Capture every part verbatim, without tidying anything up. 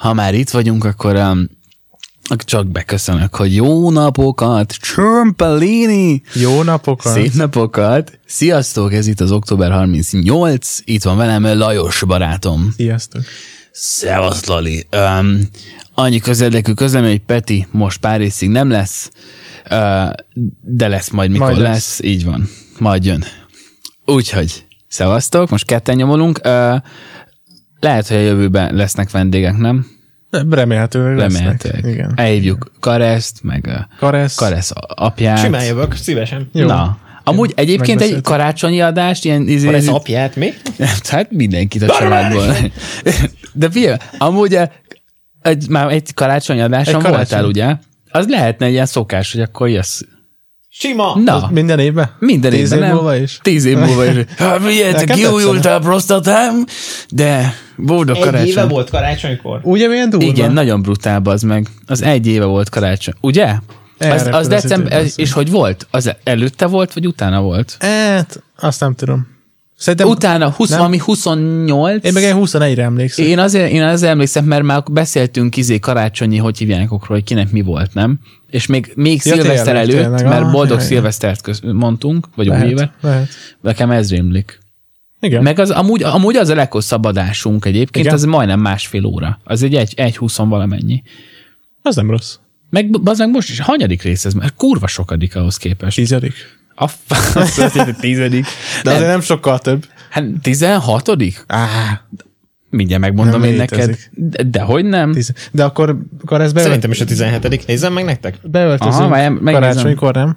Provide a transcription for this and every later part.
ha már itt vagyunk, akkor um, csak beköszönök, hogy jó napokat, Csömpelini! Jó napokat! Szép napokat! Sziasztok, ez itt az október harmincnyolc, itt van velem Lajos barátom. Sziasztok! Szevasz, Lali! Um, annyi közérdekű közlemény, hogy Peti most pár részig nem lesz, uh, de lesz majd, mikor majd lesz. lesz. Így van, majd jön. Úgyhogy, szevasztok, most ketten nyomolunk. Uh, lehet, hogy a jövőben lesznek vendégek, nem? Remélhetőleg lesznek. Igen. Elhívjuk Kareszt, meg Karesz. Karesz apját. Simán jövök, szívesen. Jó. Na. Amúgy egyébként egy karácsonyi adást, ilyen... Izé, Karesz apját, mi? Hát mindenkit a családból. De figyelj, amúgy egy, már egy karácsonyi adáson egy voltál, karácsony. Ugye? Az lehetne egy ilyen szokás, hogy akkor jössz. Sima! Na. Minden évben? Minden Tíz évben, év múlva is? Tíz év múlva is. Hát figyeljetek, kiújult a prostatám, de boldog egy karácsony. Egy éve volt karácsonykor? Ugye milyen durva? Igen, nagyon brutál az meg. Az egy éve volt karácsony. Ugye? Az, az december, és hogy volt? Az előtte volt, vagy utána volt? Hát, azt nem tudom. Szerintem utána húsz, valami huszonnyolc. Én meg én huszonegyre emlékszem. Én azért, én azért emlékszem, mert már beszéltünk izé karácsonyi, hogy hívják okról, hogy kinek mi volt, nem? És még, még ja, szilveszter előtt, tényleg, mert boldog ah, szilvesztert köz, mondtunk, vagy új évet. Nekem ez rémlik. Igen. Meg az, amúgy, amúgy az a leghosszabb adásunk egyébként, igen? Az majdnem másfél óra. Az egy egy, egy húszon valamennyi. Az nem rossz. Meg az meg most is, hanyadik rész ez? Mert kurva sokadik ahhoz képest. Tizedik. A f... tizedik. De azért nem sokkal több. Hát tizenhatodik? Á, mindjárt megmondom én neked. De, de hogy nem? Tiz... De akkor, akkor ez beölt... Szerintem is a tizenhetedik. Nézzem meg nektek. Beöltözünk karácsonykor, nem?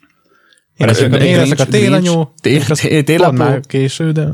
Én, én, én leszek a télanyó. Pont már késő, de...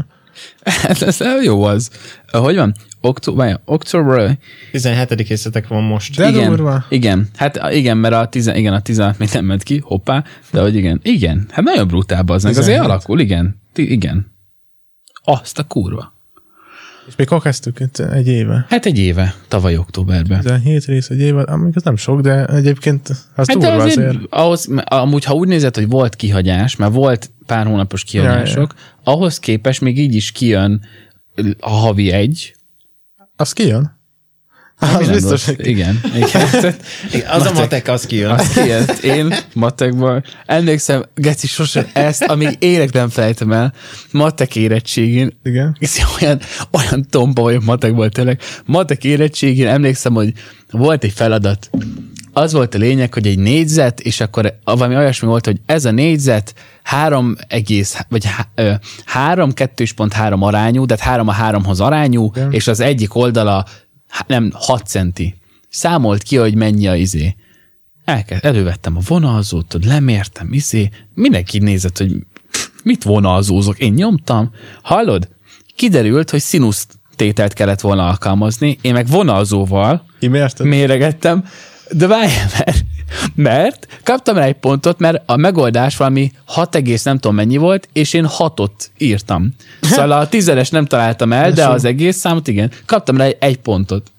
Ez jó az. Hogy van? Október, október... tizenhetedik részletek van most. De igen, durva. Igen, hát igen, mert a tizen, igen, a tizenhat még nem ment ki, hoppá, de hogy igen, igen, hát nagyon brutál az meg, azért alakul, igen, Ti, igen. Azt a kurva. És mikor kezdtük itt egy éve? Hát egy éve, tavaly októberben. tizenhét rész egy éve, amíg az nem sok, de egyébként az hát durva azért. azért. Ahhoz, amúgy, ha úgy nézed, hogy volt kihagyás, mert volt pár hónapos kihagyások, ja, ja. Ahhoz képest még így is kijön a havi egy. Az kijön? Az biztos, hogy... Igen. igen. Az matek, a matek, az kijön. Az kijön. Én matekban emlékszem, Geci, sosem ezt, amíg életben felejtem el, matek érettségén. Igen. Olyan, olyan tomba vagyok matekból tényleg. Matek érettségén emlékszem, hogy volt egy feladat. Az volt a lényeg, hogy egy négyzet, és akkor valami olyasmi volt, hogy ez a négyzet három egész, vagy három, kettő pont három arányú, tehát három a háromhoz arányú, igen. És az egyik oldala nem, hat centi. Számolt ki, hogy mennyi a izé. Elkezd, elővettem a vonalzót, lemértem, izé. Mindenki nézett, hogy mit vonalzózok. Én nyomtam. Hallod? Kiderült, hogy színusz tételt kellett volna alkalmazni. Én meg vonalzóval Kimérted? méregettem. De várjál, mert, mert kaptam rá egy pontot, mert a megoldás valami hat egész nem tudom mennyi volt, és én hatot írtam. Szóval a tizedes nem találtam el, de az egész számot igen. Kaptam rá egy pontot.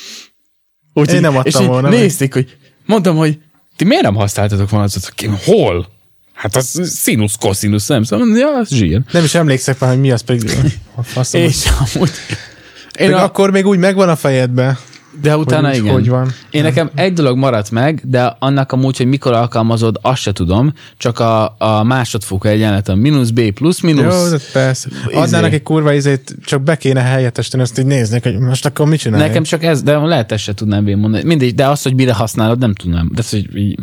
Úgy, én nem adtam és volna. És nézték, hogy mondtam, hogy ti miért nem használtatok vonatot? Hol? Hát az színusz, koszinusz, nem szóval, ja, az zsír. Nem is emlékszek már, hogy mi az pedig. A faszom, és amúgy... Én a... Akkor még úgy megvan a fejedben. De utána hogy igen. Hogy van. Én nekem egy dolog maradt meg, de annak amúgy, hogy mikor alkalmazod, azt se tudom, csak a, a másodfokú egyenlet, a mínusz B plusz mínusz. Jó, de persze. Adnának egy kurva izét, csak be kéne helyettesíteni, azt így néznék, hogy most akkor mit csinálják. Nekem csak ez, de lehet ezt se tudnám én mondani. Mindegy, de azt, hogy mire használod, nem tudnám. De az, hogy így...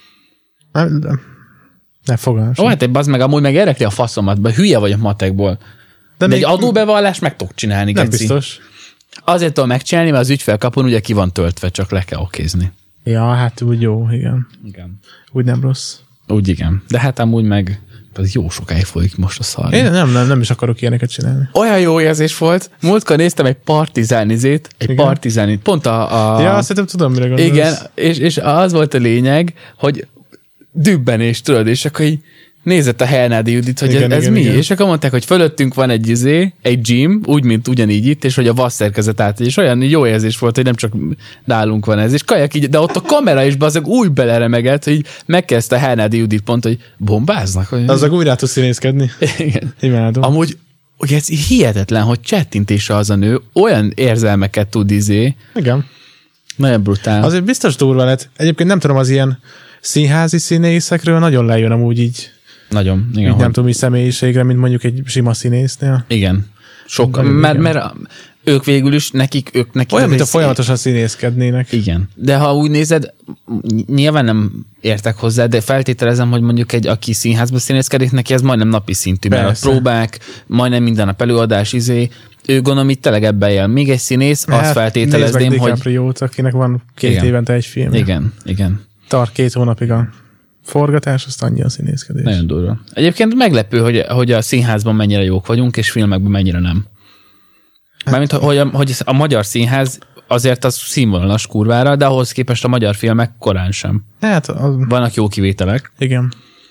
Nem, nem. Ne fogalmas. Ó, hát az meg amúgy meg érdekli a faszomat, hülye vagy a matekból. De, de még... egy adóbevallást meg tudok csinálni, nem geci. Biztos. Azért tudom megcsinálni, mert az ügyfélkapun ugye ki van töltve, csak le kell okézni. Ja, hát úgy jó, igen. Igen. Úgy nem rossz. Úgy igen. De hát amúgy meg az jó sokáig folyik most a szar. Én nem, nem, nem is akarok ilyeneket csinálni. Olyan jó érzés volt. Múltkor néztem egy partizánizét, egy igen. partizánit, pont a... a... Ja, azt hiszem tudom, mire gondolsz. Igen, és, és az volt a lényeg, hogy dübbenés, tudod, és akkor így nézett a Hernádi Judit, hogy igen, ez, ez igen, mi? Igen. És akkor mondták, hogy fölöttünk van egy izé, egy gym, úgy, mint ugyanígy itt, és hogy a vasszerkezet át, és olyan jó érzés volt, hogy nem csak nálunk van ez, és kajak így, de ott a kamera is bazeg úgy beleremegett, hogy megkezdte a Hernádi Judit pont, hogy bombáznak. Hogy... Azzal úgy rá tudsz színészkedni. Igen. Imádom. Amúgy hogy ez hihetetlen, hogy csettintésre az a nő olyan érzelmeket tud izé. Igen. Nagyon brutál. Azért biztos durva lett. Egyébként nem tudom, az ilyen színházi színészekről nagyon lejön amúgy így. Nagyon. Igen, így hogy... nem tudom, így személyiségre, mint mondjuk egy sima színésznél. Igen. Sok, mert, mert ők végül is, nekik, ők nekik... Olyan, mint a folyamatosan színészkednének. Igen. De ha úgy nézed, nyilván nem értek hozzá, de feltételezem, hogy mondjuk egy, aki színházban színészkedik, neki ez majdnem napi szintű, mert a próbák, majdnem minden nap előadás, izé, ő gondolom itt tényleg ebben él. Még egy színész, hát, azt feltételezném, hogy... DiCaprio-t, akinek van két igen. évente egy film. Igen, igen. Tart két hónapig a forgatás, azt annyi a színészkedés. Nagyon durva. Egyébként meglepő, hogy, hogy a színházban mennyire jók vagyunk, és filmekben mennyire nem. Mármint, hogy a, hogy a magyar színház azért az színvonalas kurvára, de ahhoz képest a magyar filmek korán sem. Hát, az... Vannak jó kivételek. Igen.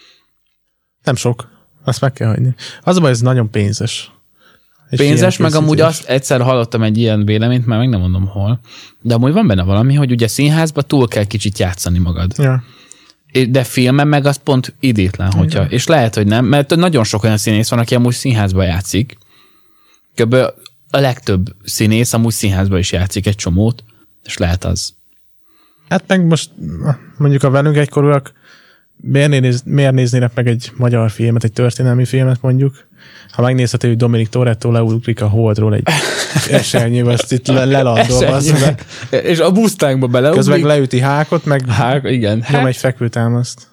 Nem sok. Azt meg kell hagyni. Az a baj, ez nagyon pénzes. És pénzes, meg amúgy azt egyszer hallottam egy ilyen véleményt, már meg nem mondom hol, de amúgy van benne valami, hogy ugye színházba túl kell kicsit játszani magad. Ja. De filmen meg az pont idétlen, hogyha. Igen. És lehet, hogy nem, mert nagyon sok olyan színész van, aki amúgy színházba játszik. Kb. A legtöbb színész amúgy színházba is játszik egy csomót, és lehet az. Hát meg most mondjuk a velünk egykorúak miért, néz, miért néznének meg egy magyar filmet, egy történelmi filmet mondjuk, ha megnézhető, hogy Dominic Toretto leugrik a holdról egy esernyővel, azt itt lelandol. És a Mustangba beleugrik. Közben leüti Hákot, meg Hák, igen. nyom egy fekvőtámaszt.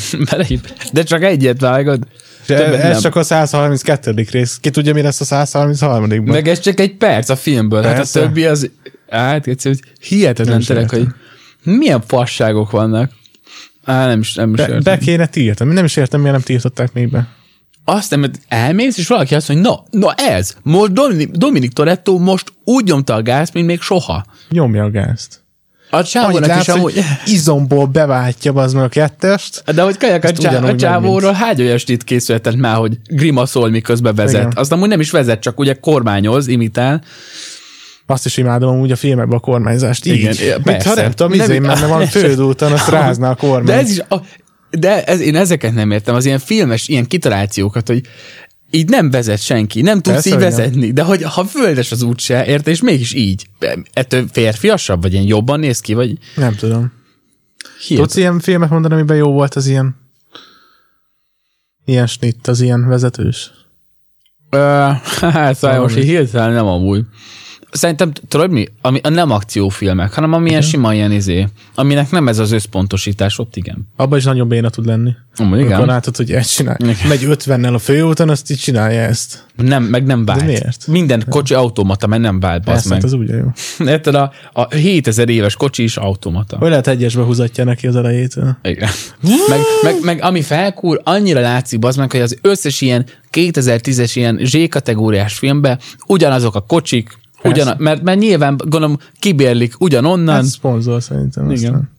De csak egyet vágod. Ez nem. Csak a száz harminckettő rész. Ki tudja, mi lesz a száz harmincharmadikban Meg ez csak egy perc a filmből. Hát a többi az hát egyszerűen hihetetlen terek, hogy milyen fasságok vannak. Á, nem is, nem is be, be kéne tiltani. Nem is értem, miért nem tiltották még be. Azt nem, elmész, és valaki azt mondja, na, na ez, most Dominic, Dominic Toretto most úgy nyomta a gázt, mint még soha. Nyomja a gázt. A csávónak is amúgy... izomból beváltja az meg a kettest. De hogy kajak a, csá, a csávóról hány olyan stit készülhetett már, hogy grimaszol, miközben vezet. Igen. Azt amúgy nem is vezet, csak ugye kormányoz, imitál. Azt is imádom amúgy a filmekben a kormányzást. Így. Igen, persze. Ha nem tudom, izé, mert van földúton, azt rázná a kormány. De, ez is a, de ez, én ezeket nem értem, az ilyen filmes, ilyen kitalációkat, hogy így nem vezet senki, nem tudsz persze, így vezetni, nem. De hogy ha földes az út se, érte, és mégis így. Ettől férfiasabb, vagy ilyen jobban néz ki, vagy... Nem tudom. Hihet. Tudsz ilyen filmet mondani, amiben jó volt az ilyen ilyen snitt, az ilyen vezetős? Uh, hát szóval most hirtelen nem amúgy. Szerintem, tudod mi? Ami, a nem akciófilmek, hanem ami ilyen sima ilyen izé, aminek nem ez az összpontosítás, ott igen. Abban is nagyon béna tud lenni. Amúgy igen. Amikor látod, hogy ezt csinálja. Megy ötvennel a főúton, azt így csinálja ezt. Nem, meg nem vált. De miért? Minden kocsi automata, mert nem vált, bazd meg. Ez úgy jó. Érted, a, a hétezer éves kocsi is automata. Hogy lehet egyesbe húzatja neki az elejétől? Igen. meg, meg, meg ami felkúr, annyira látszik, bazd meg, hogy az összes ilyen kétezer-tízes ilyen Z-kategóriás filmben ugyanazok a kocsik, Ugyan, mert, mert nyilván gondolom kibérlik ugyanonnan. Ez szponzor szerintem. Igen. Aztán.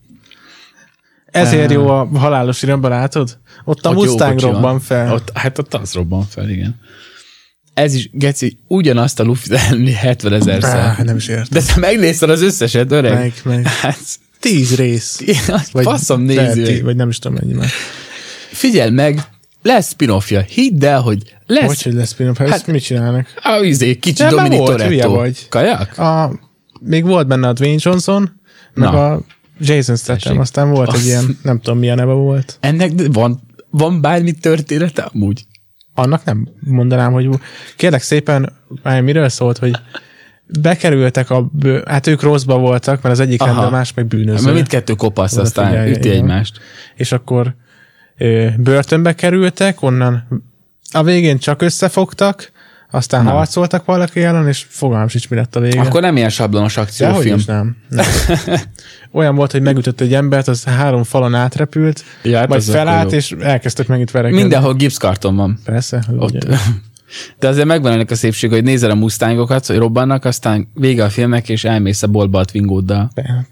Ezért jó a halálos iramban, látod? Ott a ott Mustang robban fel. Ott, hát ott az robban fel, igen. Ez is, Geci, ugyanazt a lufit elni hetvenezerszer. Nem is értem. De te megnézted az összeset, öreg. Meg, meg. Hát, tíz rész. Vagy faszom nézi. Vagy nem is tudom mennyi már. Figyelj meg, lesz spin-offja. Hidd el, hogy lesz. Hogy, hogy lesz spin-offja? Hát, mit csinálnak? A izé, kicsi Dominic Toretto. Kajak? A, még volt benne a Dwayne Johnson, meg Na. a Jason Statham, aztán volt Azt... egy ilyen, nem tudom milyen neve volt. Ennek van, van bármi története amúgy? Annak nem mondanám, hogy kérlek szépen, már miről szólt, hogy bekerültek a, bő... hát ők rosszba voltak, mert az egyik rendben, a más meg bűnöző. Mert mindkettő kopasz, aztán figyelje, üti igen. egymást. És akkor ö, börtönbe kerültek, onnan a végén csak összefogtak, aztán nem. harcoltak valaki ellen, és fogalmam sincs, mi lett a vége. Akkor nem ilyen sablonos akciófilm. nem. nem. Olyan volt, hogy megütött egy embert, az három falon átrepült, ja, hát majd felállt, és elkezdtek megint verekedni. Mindenhol gipszkarton van. Persze. Ott. De azért megvan ennek a szépség, hogy nézel a Mustangokat, hogy robbannak, aztán vége a filmnek, és elmész a boltba a Twingóddal.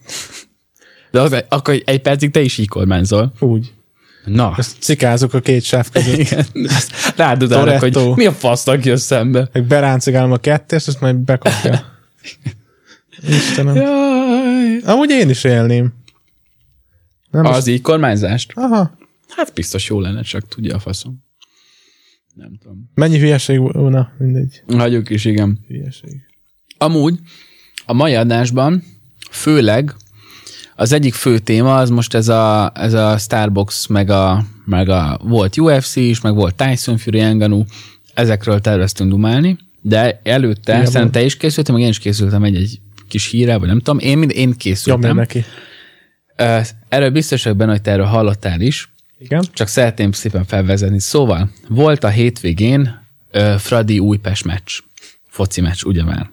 De az, akkor egy percig te is így kormányzol. Úgy. Na. Ezt cikázok a két sáv között. Igen. Rád utálok, hogy mi a fasznak jössz szembe. Meg beráncigálom a kettest, azt majd bekapja. Istenem. Jaj. Amúgy én is élném. Nem az most... így kormányzást? Aha. Hát biztos jó lenne, csak tudja a faszom. Nem tudom. Mennyi hülyeség volna, mindegy. Hagyjuk is, igen. Hülyeség. Amúgy a mai adásban főleg az egyik fő téma az most ez a, ez a Starbox, meg a, meg a volt u ef cé is, meg volt Tyson Fury, Ngannou, ezekről terveztünk dumálni, de előtte, igen, szerintem te is készültem, meg én is készültem egy-egy kis hírre, vagy nem tudom, én, mind, én készültem. neki. Erről biztos vagyok benne, hogy te erről hallottál is, igen. Csak szeretném szépen felvezetni. Szóval volt a hétvégén uh, Fradi Újpest meccs, foci meccs, ugye már.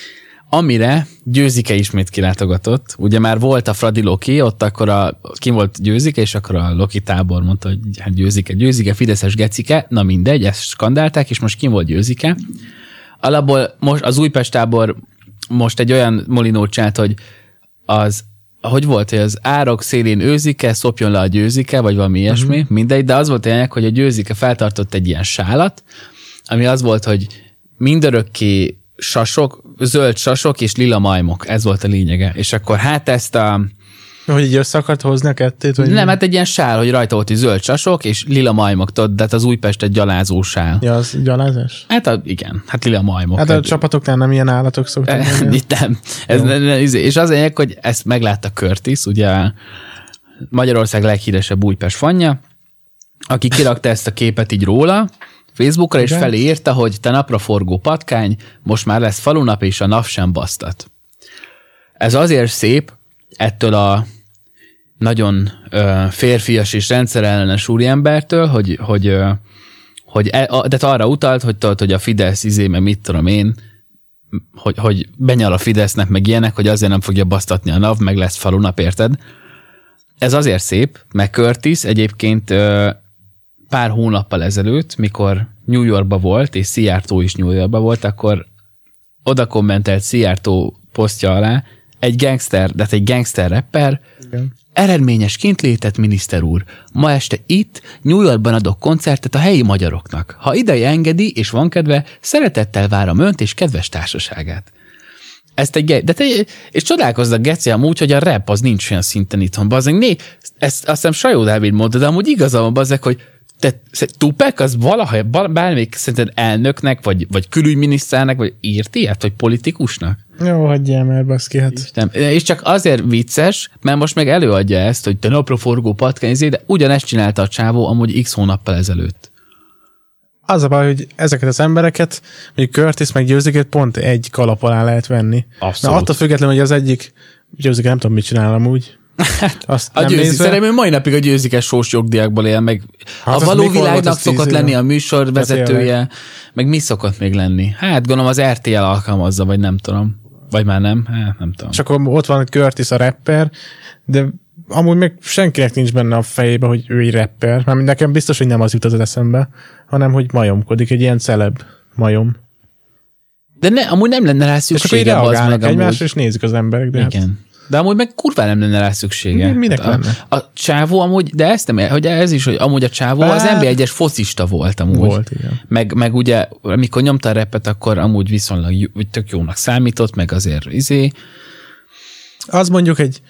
Amire Győzike ismét kilátogatott. Ugye már volt a Fradi Loki, ott akkor a, ki volt Győzike, és akkor a Loki tábor mondta, hogy hát Győzike, Győzike, Fideszes gecike, na mindegy, ezt skandálták, és most ki volt Győzike. Alapból most az Újpest tábor most egy olyan molinót csinált, hogy az hogy volt, hogy az árok szélén őzike, szopjon le a győzike, vagy valami ilyesmi, uh-huh. mindegy, de az volt tényleg, hogy a győzike feltartott egy ilyen sálat, ami az volt, hogy mindörökké sasok, zöld sasok és lila majmok, ez volt a lényege. És akkor hát ezt a... Hogy így össze akart hozni a kettőt? Vagy nem, hát egy ilyen sál, hogy rajta volt, hogy zöld sasok és lila majmok, tudod, de hát az Újpest egy gyalázó sál. Ja, az gyalázás? Hát a, igen, hát lila majmok. Hát a hát, csapatoknál nem ilyen állatok szoktak. Itt nem. Ez, és az lényeg, hogy ezt meglátta Curtis, ugye Magyarország leghíresebb Újpest fanja, aki kirakta ezt a képet így róla, Facebookra, és felé írta, hogy te napra forgó patkány, most már lesz falunap, és a nap sem basztat. Ez azért szép, ettől a nagyon ö, férfias és rendszerellenes úriembertől, hogy, hogy, ö, hogy e, a, de arra utalt, hogy tudod, hogy a Fidesz izé, meg mit tudom én, hogy, hogy benyal a Fidesznek, meg ilyenek, hogy azért nem fogja basztatni a NAV, meg lesz falunap, érted? Ez azért szép, mert Curtis egyébként ö, pár hónappal ezelőtt, mikor New Yorkba volt, és Szijjártó is New Yorkba volt, akkor oda kommentelt Szijjártó posztja alá egy gangster, de egy gangster rapper, igen. Eredményes kintlétet, miniszter úr. Ma este itt, New Yorkban adok koncertet a helyi magyaroknak. Ha ideje engedi, és van kedve, szeretettel várom önt és kedves társaságát. Ezt egy, de te, és csodálkoznak Geci amúgy, hogy a rap az nincs olyan szinten itthon. Bazzeg, né, ezt azt hiszem Sajó Dávid mondta, de amúgy igazam van, bazzeg, hogy te, Tupac az valaha, bármelyik szerinted elnöknek, vagy, vagy külügyminiszternek, vagy írt ilyet, vagy politikusnak? Jó, hagyjál már, baszki, hát. Nem. És csak azért vicces, mert most meg előadja ezt, hogy te napra forgó patkányzé, de ugyanezt csinálta a csávó amúgy x hónappal ezelőtt. Az a baj, hogy ezeket az embereket, még Curtis meg Győzikét pont egy kalap alá lehet venni. Abszolút. Na attól függetlenül, hogy az egyik Győzike nem tudom, mit csinál amúgy. Azt a Győzi, szerintem mai napig a Győzike sós jogdíjakból él, meg hát a való világnak szokott lenni a műsorvezetője, hát meg mi szokott még lenni? Hát gondolom az er té el alkalmazza, vagy nem tudom. Vagy már nem? Hát nem tudom. És akkor ott van Curtis a rapper, de amúgy még senkinek nincs benne a fejébe, hogy ő egy rapper. Mert nekem biztos, hogy nem az jut az eszembe, hanem hogy majomkodik, egy ilyen celeb majom. De ne, amúgy nem lenne rá szüksége. És akkor reagálnak egymásra, és nézik az emberek. De igen. Hát... De amúgy meg kurván nem lenne rá szüksége. Minek a, lenne? A csávó amúgy, de ezt nem, hogy ez is, hogy amúgy a csávó az en bé egyes focista volt amúgy. Volt, igen. Meg, meg ugye, amikor nyomta a repet, akkor amúgy viszonylag tök jónak számított, meg azért izé. Az mondjuk egy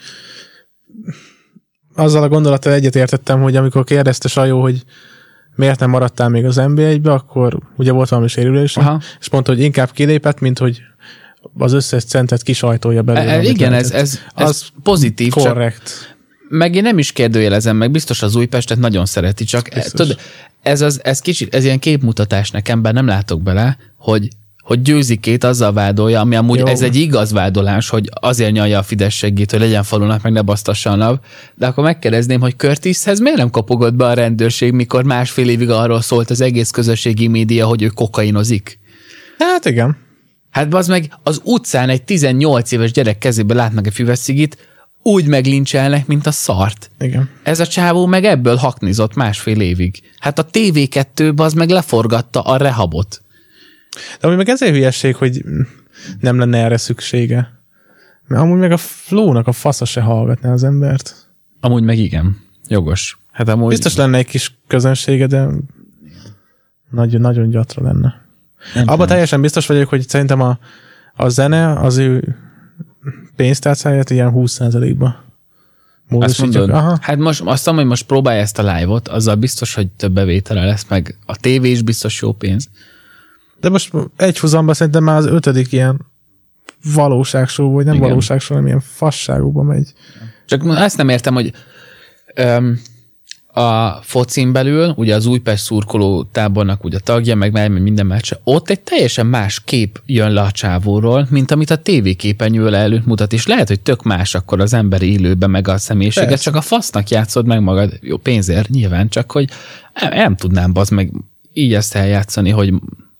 azzal a gondolattal egyetértettem, hogy amikor kérdezte Sajó, hogy miért nem maradtál még az en bé egybe, akkor ugye volt valami sérülés, és mondta, hogy inkább kilépett, mint hogy az összes centet kisajtolja belőle. E, igen, ez, ez, ez az pozitív. Korrekt. Csak, meg én nem is kérdőjelezem, meg biztos az Újpestet nagyon szereti, csak tudod, ez, az, ez kicsit, ez ilyen képmutatás nekem, bár nem látok bele, hogy, hogy Győzikét azzal vádolja, ami amúgy jó. Ez egy igaz vádolás, hogy azért nyalja a Fidesz segít, hogy legyen falunak, meg ne basztassa a NAV, de akkor megkérdezném, hogy Curtishez miért nem kopogott be a rendőrség, mikor másfél évig arról szólt az egész közösségi média, hogy ő kokainozik? Hát igen. Hát az meg az utcán egy tizennyolc éves gyerek kezébe látnak egy füveszcigit, úgy meglincselnek, mint a szart. Igen. Ez a csávó meg ebből haknizott másfél évig. Hát a té vé kettőben az meg leforgatta a rehabot. De amúgy meg ezért hülyesség, hogy nem lenne erre szüksége. Mert amúgy meg a Flow-nak a fasza se hallgatná az embert. Amúgy meg igen. Jogos. Hát amúgy... Biztos lenne egy kis közönsége, de nagyon, nagyon gyatra lenne. Abban teljesen biztos vagyok, hogy szerintem a, a zene az ő pénztárcáját ilyen húsz százalékba módosítjuk. mondod? Aha. Hát most azt mondom, hogy most próbálj ezt a live-ot, azzal biztos, hogy több bevétele lesz, meg a tévé is biztos jó pénz. De most egy húzamban szerintem már az ötödik ilyen valóságshow, vagy nem Igen. valóságshow, hanem ilyen fasságokba megy. Csak ezt nem értem, hogy öm, a focin belül, ugye az Újpest szurkoló tábornak ugye a tagja, meg megy minden meccse, ott egy teljesen más kép jön le a csávóról, mint amit a tévéképernyő előtt mutat, és lehet, hogy tök más akkor az emberi élőben, meg a személyiséget, Persze. csak a fasznak játszod meg magad, jó pénzért nyilván, csak hogy nem, nem tudnám bazd meg így ezt eljátszani, hogy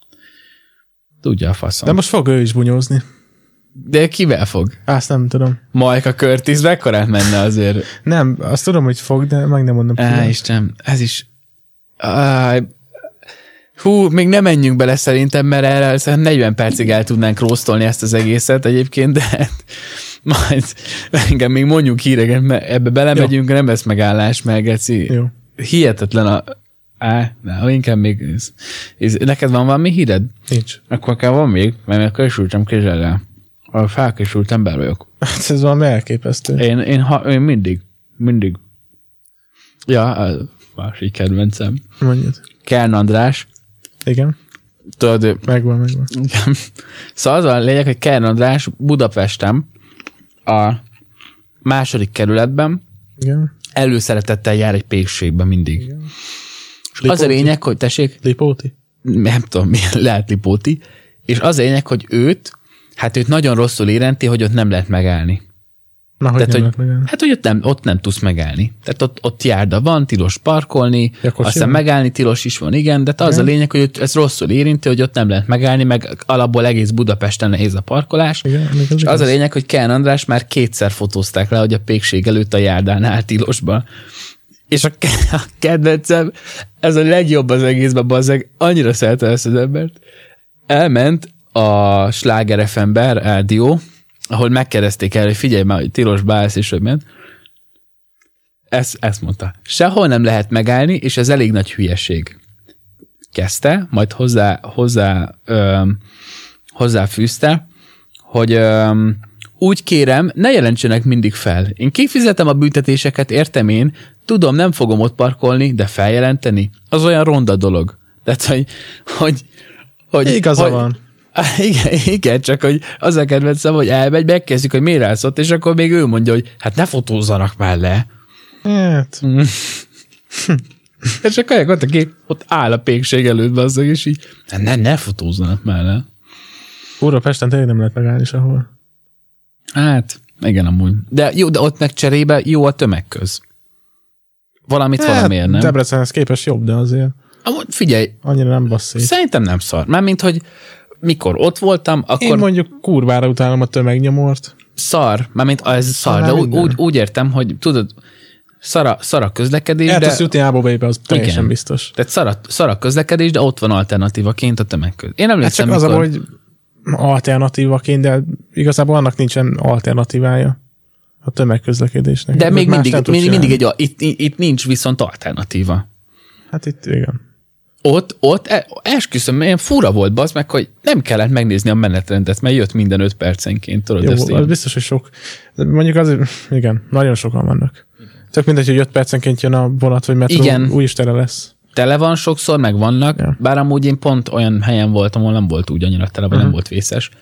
tudja a faszom. De De, most fog ő is bunyózni. De kivel fog? Azt nem tudom. Majka Curtis mekkorát menne azért? Nem, azt tudom, hogy fog, de meg nem mondom. Á, kivel. Isten, ez is... Á, hú, még nem menjünk bele szerintem, mert erre szerintem negyven percig el tudnánk rósztolni ezt az egészet egyébként, de majd engem még mondjuk híregen, mert ebbe belemegyünk, nem lesz megállás, meg Geci. Jó. Hihetetlen a... Á, na, inkább még... Ez, ez, neked van valami híred? Nincs. Akkor kell van még, mert még kösültem kézzel. A felkészült ember vagyok. Hát ez valami elképesztő. Én, én, ha, én mindig, mindig. Ja, a másik kedvencem. Mondjad. Kern András. Igen. Tudod, Megvan, megvan. igen. Szóval az a lényeg, hogy Kern András Budapesten a második kerületben Igen. előszeretettel jár egy pékségbe mindig. Igen. És az a Lipóti? lényeg, hogy tessék, Lipóti? nem tudom, milyen lehet Lipóti, és az a lényeg, hogy őt, hát őt nagyon rosszul érinti, hogy ott nem lehet megállni. Na, hogy Tehát, nem hogy, lehet megállni. hát, hogy ott nem, ott nem tudsz megállni. Tehát ott, ott járda van, tilos parkolni, Ja, kocsi aztán van? megállni tilos is van, igen, de az Igen. a lényeg, hogy ez rosszul érinti, hogy ott nem lehet megállni, meg alapból egész Budapesten nehéz a parkolás. Igen, még az És az igaz. a lényeg, hogy Kern András már kétszer fotózták le, hogy a pékség előtt a járdán áll tilosba. És a, ke- a kedvencem, ez a legjobb az egészben, bazzeg, annyira szerette ezt az embert. Elment a Sláger ef em-be rádió, ahol megkérdezték el, hogy figyelj már, hogy tilosba állsz, és hogy ment. Ezt, ezt mondta. Sehol nem lehet megállni, és ez elég nagy hülyeség. Kezdte, majd hozzá, hozzá, öm, hozzáfűzte, hogy öm, úgy kérem, ne jelentsenek mindig fel. Én kifizetem a büntetéseket, értem én, tudom, nem fogom ott parkolni, de feljelenteni, az olyan ronda dolog. Tehát, hogy... hogy, hogy Igaza hogy, van. Igen, igen, csak hogy az a kedvencem, hogy elmegy, megkezdjük, hogy miért állsz ott, és akkor még ő mondja, hogy hát ne fotózzanak már le. Hát, És akkor ott, aki ott áll a pékség előtt, bazzag, és így hát ne, ne fotózzanak már le. Úrvapesten tényleg nem lehet megállni sehol. Hát, igen, amúgy. De jó, de ott meg cserébe jó a tömegköz. Valamit hát, valamiért, nem? Debrecenhez képest jobb, de azért Amúgy figyelj, annyira nem basszít. szerintem nem szar. Mármint, hogy mikor ott voltam, akkor Én mondjuk kurvára utálom a tömegnyomort. szar. Mármint ez szar, Már de úgy, minden. úgy, úgy értem, hogy tudod, szar a, szar a közlekedés, El de... tudsz jutni A-ból B-be, az teljesen Igen. biztos. Tehát szar a, szar a közlekedés, de ott van alternatívaként a tömegköz. Én Ez emlékszem, csak az, mikor... hogy alternatívaként, de igazából annak nincsen alternatívája a tömegközlekedésnek. De Ez még más mindig, nem tudsz mindig, mindig csinálni. egy, itt, itt nincs viszont alternatíva. Hát itt igen. Ott, ott e- esküszöm, ilyen fura volt, bazd meg, hogy nem kellett megnézni a menetrendet, mert jött minden öt percenként, tudod Jó, ezt az én. biztos, hogy sok. De mondjuk azért, igen, nagyon sokan vannak. Tök mindegy, hogy öt percenként jön a vonat, vagy metró, Igen. úgyis tele lesz. Tele van sokszor, meg vannak, Ja. bár amúgy én pont olyan helyen voltam, ahol nem volt úgy annyira tele, vagy Mhm. nem volt vészes.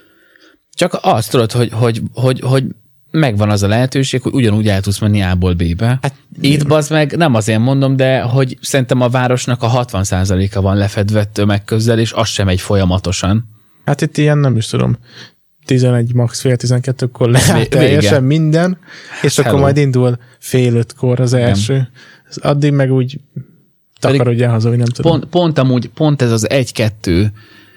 Csak azt tudod, hogy, hogy, hogy, hogy megvan az a lehetőség, hogy ugyanúgy el tudsz menni A-ból B-be. Hát itt bazd meg, nem azért mondom, de hogy szerintem a városnak a hatvan százaléka van lefedve tömegközzel, és az sem megy folyamatosan. Hát itt ilyen, nem is tudom, tizenegy, max fél tizenkettőkor Vé- lehet teljesen vége. minden, és akkor hello. majd indul fél ötkor az első. Addig meg úgy takarodjál haza, hogy nem tudom. Pont, pont amúgy, pont ez az egy-kettő,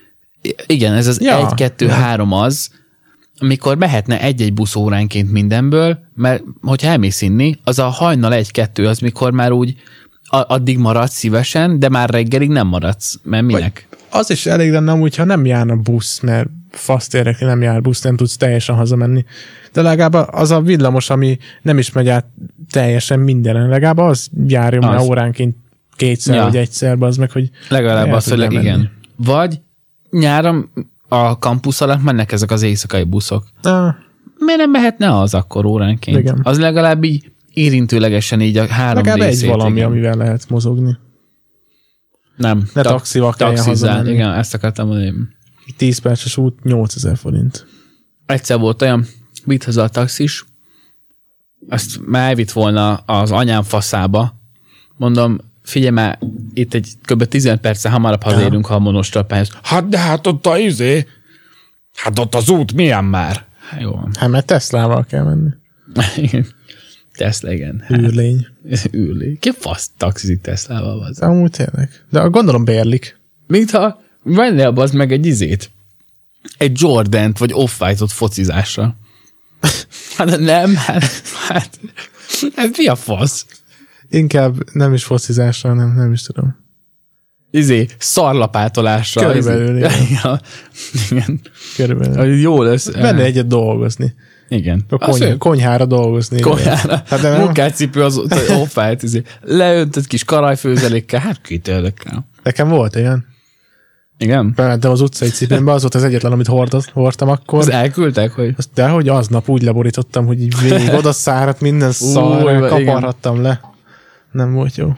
igen, ez az Ja. egy-kettő-három az, amikor mehetne egy-egy busz óránként mindenből, mert hogyha elmész inni, az a hajnal egy-kettő, az mikor már úgy a- addig maradsz szívesen, de már reggelig nem maradsz, mert minek? Az is elég lenne amúgy, ha nem járna busz, mert fasztérekre nem jár busz, nem tudsz teljesen hazamenni. De legalább az a villamos, ami nem is megy át teljesen mindenen, legalább az járjon Az. már óránként kétszer Ja. vagy egyszer, az meg, hogy Legalább el az, hogy tudnál leg- menni. igen. Vagy nyáron a kampusz alatt mennek ezek az éjszakai buszok. Ah, Miért nem mehetne az akkor óránként? Igen. Az legalább így érintőlegesen így a három Legalább egy részét. valami, igen. amivel lehet mozogni. Nem. Ne taxival kelljen Taxizzál, hazamenni. igen, ezt akartam mondani. tíz perces út, nyolcezer forint. Egyszer volt olyan, vitt haza a taxis, azt már elvitt volna az anyám faszába. Mondom, figyelj már, itt egy kb. tizenöt perccel hamarabb hazaérünk, ha a monostrapához. Hát de hát ott a izé, hát ott az út milyen már? Hát jó. Hát mert Teslával kell menni. Tesla, igen. Hát, Űrlény. űrlény. Ki fasz taxizik Teslával? Az? Amúgy tényleg. De gondolom bérlik. Mint ha vennél az meg egy izét, egy Jordant vagy Off-White-ot focizásra. Hát nem, hát, hát ez mi a fasz? Inkább nem is focizásra, nem, nem is tudom. Izé, szarlapátolásra. Körülbelül, izé. igen. Ja, igen. Körülbelül. Jó lesz. Benne egyet dolgozni. Igen. A kony- konyhára dolgozni. Konyhára. Hát de nem. Munkácipő az Off-White, izé. Leöntött kis karajfőzelékkel, hát két érdekel. Nekem volt olyan. Igen? Bementem az utcai cipőmbe, az volt az egyetlen, amit hordott, hordtam akkor. Az elküldtek, hogy... Azt- De hogy aznap úgy leborítottam, hogy így végig oda száradt, minden szarra, igen. kaparhattam le. Nem volt jó.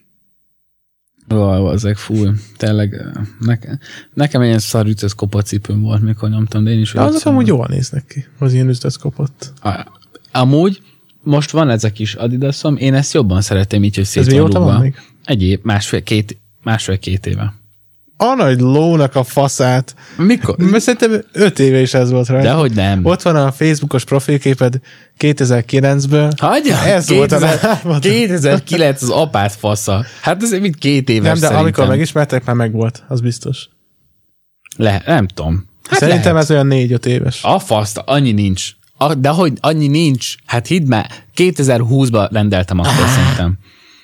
Vaj, ezek fúj. Tényleg, nekem, nekem egy ilyen szar ütött kopacipőm volt, mikor nyomtam, de én is... De azok amúgy jól néznek ki, az ilyen üzlet kopott. Amúgy most van ez a kis Adidasom, én ezt jobban szeretem így, hogy szét Ez van mióta van rúgva. még? Egy év, másfél, két, másfél-két éve. A nagy lónak a faszát. Mikor? Mert szerintem öt éve is ez volt rá. Dehogy nem. Ott van a Facebookos profilképed kétezer-kilencből. Hagyja? Ez volt a kétezer kétezer-kilenc az apát fasza. Hát ez mint két éves Nem, de szerintem. amikor megismertek, már megvolt, az biztos. Le, nem tudom. Hát Szerintem lehet. ez olyan négy-öt éves. A faszt, annyi nincs. A, de hogy annyi nincs, hát hidd már, kétezer-húszban rendeltem akkor szerintem.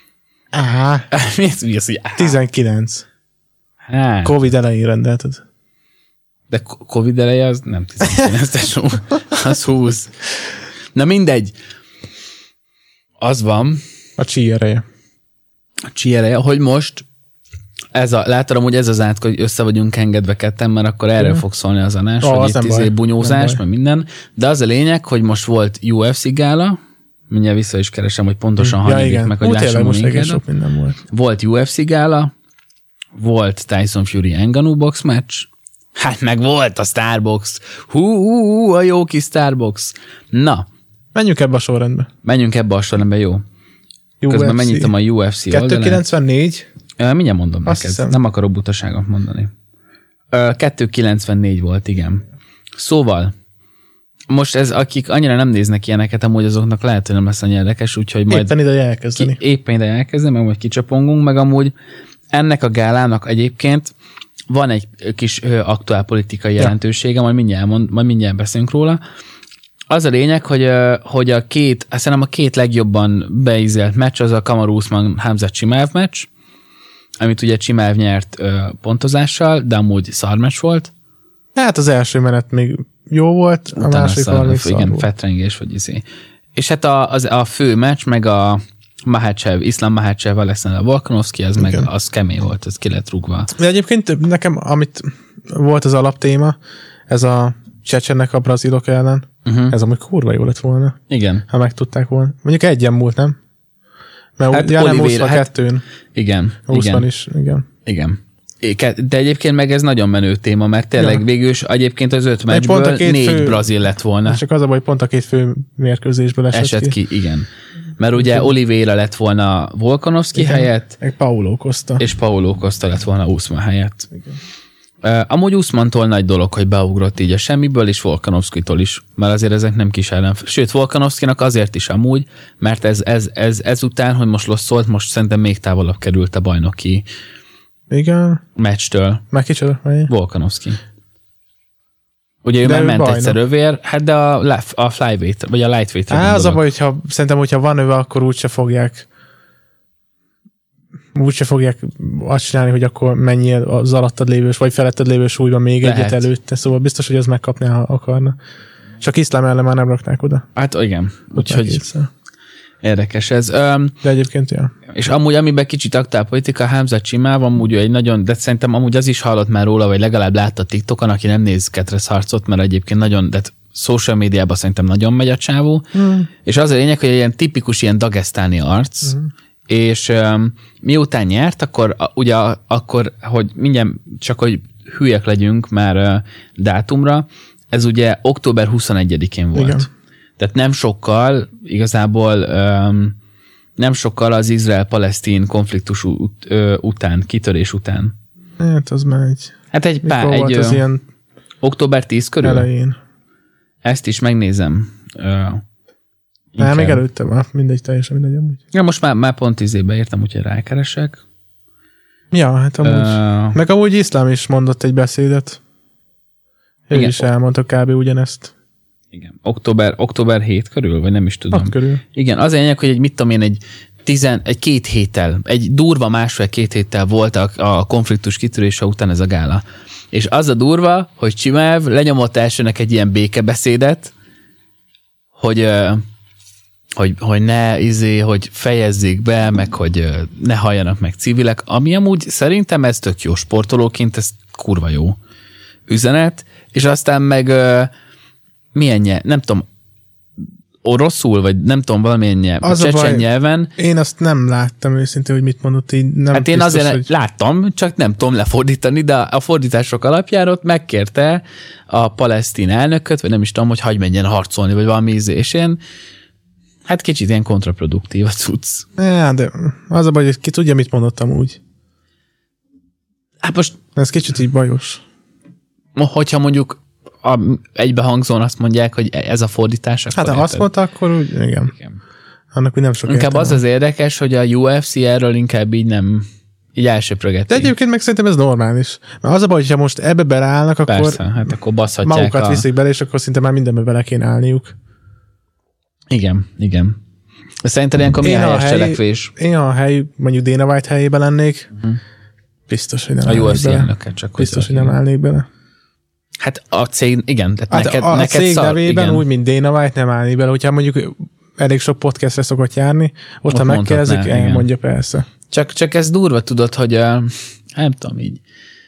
Á, Mi az, hogy áh? tizenkilenc. Hát, Covid elején rendelted. de ko- Covid eleje az nem tizenkilenc, tesó. Az húsz. Na mindegy. Az van, A csí ereje. a csi eleje, hogy most ez a, látod, hogy ez az át, hogy össze vagyunk engedve ketten, mert akkor erről fog szólni az anás, Ó, hogy az itt nem izé baj. bunyózás, Nem meg minden. De az a lényeg, hogy most volt U F C gála, mindjárt vissza is keresem, hogy pontosan Ja, hanyadik igen. meg, hogy Ú, tényleg lássam, most hogy egész minket. sok minden volt. Volt U F C gála, volt Tyson Fury Ngannou box match, hát meg volt a Starbox. Hú, hú, hú, a jó kis Starbox. Na, Menjünk ebbe a sorrendbe. menjünk ebbe a sorrendbe, jó. U F C. Közben megnyitom a U F C oldalát. kettőszázkilencvennégy. Ö, Mindjárt mondom Azt neked. hiszem. Nem akarok butaságot mondani. Ö, kettőszázkilencvennégy volt, igen. Szóval, most ez, akik annyira nem néznek ilyeneket, amúgy azoknak lehet, hogy nem lesz annyira érdekes, úgyhogy majd Éppen ide elkezdeni. ki, éppen ide elkezdem, meg majd kicsapongunk, meg amúgy ennek a gálának egyébként van egy kis ö, aktuál politikai jelentősége, majd mindjárt, mond, majd mindjárt beszélünk róla. Az a lényeg, hogy, ö, hogy a két, azt hiszem a két legjobban beízelt meccs, az a Kamaru Usman-Hamzat Chimaev meccs, amit ugye Chimaev nyert ö, pontozással, de amúgy szar meccs volt. Hát az első menet még jó volt, a Utána másik szar- valami szar igen, volt. fetrengés, vagy izé. És hát a, az, a fő meccs, meg a Makhachev, Islam Makhachev, Alexander Volkanovski, az meg Igen. az kemény volt, az ki lett rúgva. De egyébként nekem, amit volt az alaptéma, ez a Csecsennek a brazilok ellen, uh-huh. ez amúgy kurva jó lett volna, Igen. ha meg tudták volna. Mondjuk egyen múlt, nem? Mert Hát hát ja, nem Oliveira, húszva hát- kettőn. Igen. húszban Igen. is, igen. Igen. Éke- De egyébként meg ez nagyon menő téma, mert tényleg Ja. végül is egyébként az öt Egy pont a meccsből két négy fő- brazil lett volna. Csak az a baj, hogy pont a két fő mérkőzésből esett, Esett ki, igen. Mert ugye Oliveira lett volna Volkanovski Igen. helyett, Meg Paulo Costa. és Paulo Costa lett volna Usman helyett. Uh, amúgy Usmantól nagy dolog, hogy beugrott így a semmiből, és Volkanovskitól is, mert azért ezek nem kis ellenfél. Sőt, Volkanovskinak azért is amúgy, mert ez, ez, ez, ezután, hogy most losszolt, most szerintem még távolabb került a bajnoki Igen. meccstől. Meg kicsoda? Vagy? Volkanovski. Ugye ő De már ő ment bajnok. egyszer övér, hát de a, lef- a flyweight, vagy a lightweight. Á, az a baj, hogyha szerintem, hogyha van öve, akkor úgyse fogják úgyse fogják azt csinálni, hogy akkor menjél az alattad lévős, vagy feletted lévő súlyban még Lehet. egyet előtte, szóval biztos, hogy az megkapná, ha akarna. Csak iszlám ellen már nem raknák oda. Hát igen, úgyhogy Kétszer. érdekes ez. Öm, De egyébként, ja. és amúgy, amiben kicsit aktál politika, Hamzat Chimaev, amúgy ő egy nagyon, de szerintem amúgy az is hallott már róla, vagy legalább látta TikTokon, aki nem néz Ketresz harcot, mert egyébként nagyon, de social médiában szerintem nagyon megy a csávó, mm. és az a lényeg, hogy egy ilyen tipikus ilyen dagesztáni arc, mm. és um, miután nyert, akkor uh, ugye akkor, hogy mindjárt csak, hogy hülyek legyünk már uh, dátumra, ez ugye október huszonegyedikén volt. Igen. Tehát nem sokkal, igazából um, nem sokkal az Izrael-Palesztin konfliktus ut, uh, után, kitörés után. Hát az már egy... Hát egy pár, egy volt az ilyen október tíz körül? Elején. Ezt is megnézem. Uh, Nem, még előtte van, mindegy, teljesen mindegy amúgy. Ja, most már, már pont tízébe értem, úgyhogy rákeresek. Ja, hát amúgy. Uh, meg amúgy iszlám is mondott egy beszédet. Ő igen, is elmondta kb. Ugyanezt. Igen, október, október hét körül, vagy nem is tudom. Hat körül. Igen, az a lényeg, hogy egy, mit tudom én, egy, tizen, egy két héttel, egy durva másfél-két héttel volt a, a konfliktus kitörése után ez a gála. És az a durva, hogy Csimáv lenyomott elsőnek egy ilyen békebeszédet, hogy, hogy, hogy ne izé, hogy fejezzék be, meg hogy ne halljanak meg civilek, ami amúgy szerintem ez tök jó sportolóként, ez kurva jó üzenet, és aztán meg milyen nyelv, nem tudom, oroszul, vagy nem tudom, valamilyen nyelv, a csecsen nyelven. Én azt nem láttam őszintén, hogy mit mondott így. Nem hát én biztos, azért hogy... láttam, csak nem tudom lefordítani, de a fordítások alapjára ott megkérte a palesztin elnököt, vagy nem is tudom, hogy hagyj menjen harcolni, vagy valami ízé, és én hát kicsit ilyen kontraproduktív a cucc. Ja, de az a baj, hogy ki tudja, mit mondottam úgy. Hát most... Ez kicsit így bajos. Hogyha mondjuk a egybehangzón azt mondják, hogy ez a fordítás, akkor... Hát ha azt mondta, akkor úgy, igen. igen. Annak úgy nem sok Inkább az az érdekes, hogy a U F C erről inkább így nem, így elsöprögeti. De egyébként meg szerintem ez normális. Mert az a baj, hogyha most ebbe beleállnak, akkor... Persze, hát akkor baszhatják magukat a... viszik bele, és akkor szinte már mindenbe bele kéne állniuk. Igen, igen. Szerintem ilyenkor mi a helyes helyi, cselekvés? Én a hely, mondjuk Dana White helyében lennék, uh-huh. biztos, hogy nem a állnék U F C bele. elnökkel csak. Biztos, hogy nem állnék bele. Hát a cég, igen. Tehát hát neked, a, a neked cég szar, nevében igen. úgy, mint Dana White nem állni bele, hogyha mondjuk elég sok podcastre szokott járni, ott, ott ha megkérdezik, elmondja persze. Csak, csak ez durva, tudod, hogy a, nem tudom így.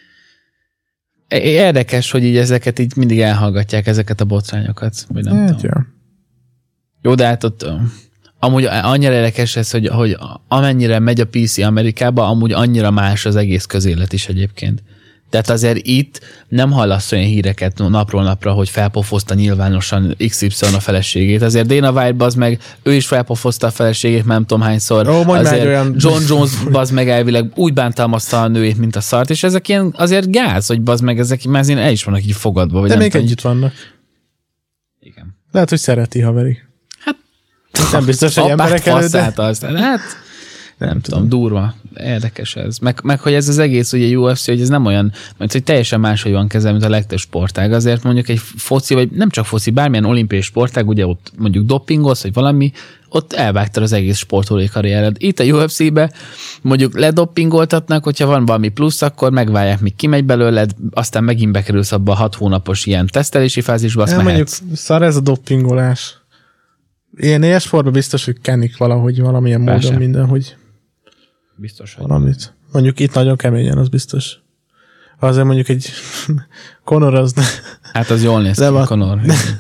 Érdekes, hogy így ezeket így mindig elhallgatják, ezeket a botrányokat. Vagy nem hát tudom. Jó, de hát ott amúgy annyira érdekes ez, hogy, hogy amennyire megy a pé cé Amerikába, amúgy annyira más az egész közélet is egyébként. Tehát azért itt nem hallasz olyan híreket napról napra, hogy felpofozta nyilvánosan iksz ipszilon a feleségét. Azért Dana White, az meg, ő is felpofozta a feleségét, nem tudom hányszor. Ó, azért olyan... John Jones, bazd meg elvileg úgy bántalmazta a nőjét, mint a szart, és ezek ilyen azért gáz, hogy bazd meg, ezek már azért el is vannak így fogadva. Vagy de nem még tudom, együtt vannak. Igen. Lehet, hogy szereti haveri. Hát nem biztos, hogy emberek előtt, de... aztán, hát nem, nem tudom, durva. Érdekes ez. Meg, meg hogy ez az egész, ugye U F C, hogy ez nem olyan, mert hogy teljesen máshogy van kezelve, mint a legtöbb sportág. Azért mondjuk egy foci, vagy nem csak foci, bármilyen olimpiai sportág, ugye ott mondjuk dopingolsz, vagy valami, ott elvágtad az egész sportolói karriered. Itt a U F C-be mondjuk ledopingoltatnak, hogyha van valami plusz, akkor megválják, míg kimegy belőled, aztán megint bekerülsz abba a hat hónapos ilyen tesztelési fázisba, azt mondjuk szar ez a dopingolás. Ilyen élsportban biztos, hogy kennik valahogy, valamilyen Persze. módon minden, hogy biztos, hogy valamit. Mondjuk itt nagyon keményen, az biztos. Azért mondjuk egy Conor az... Hát az jól néz ki, a Conor.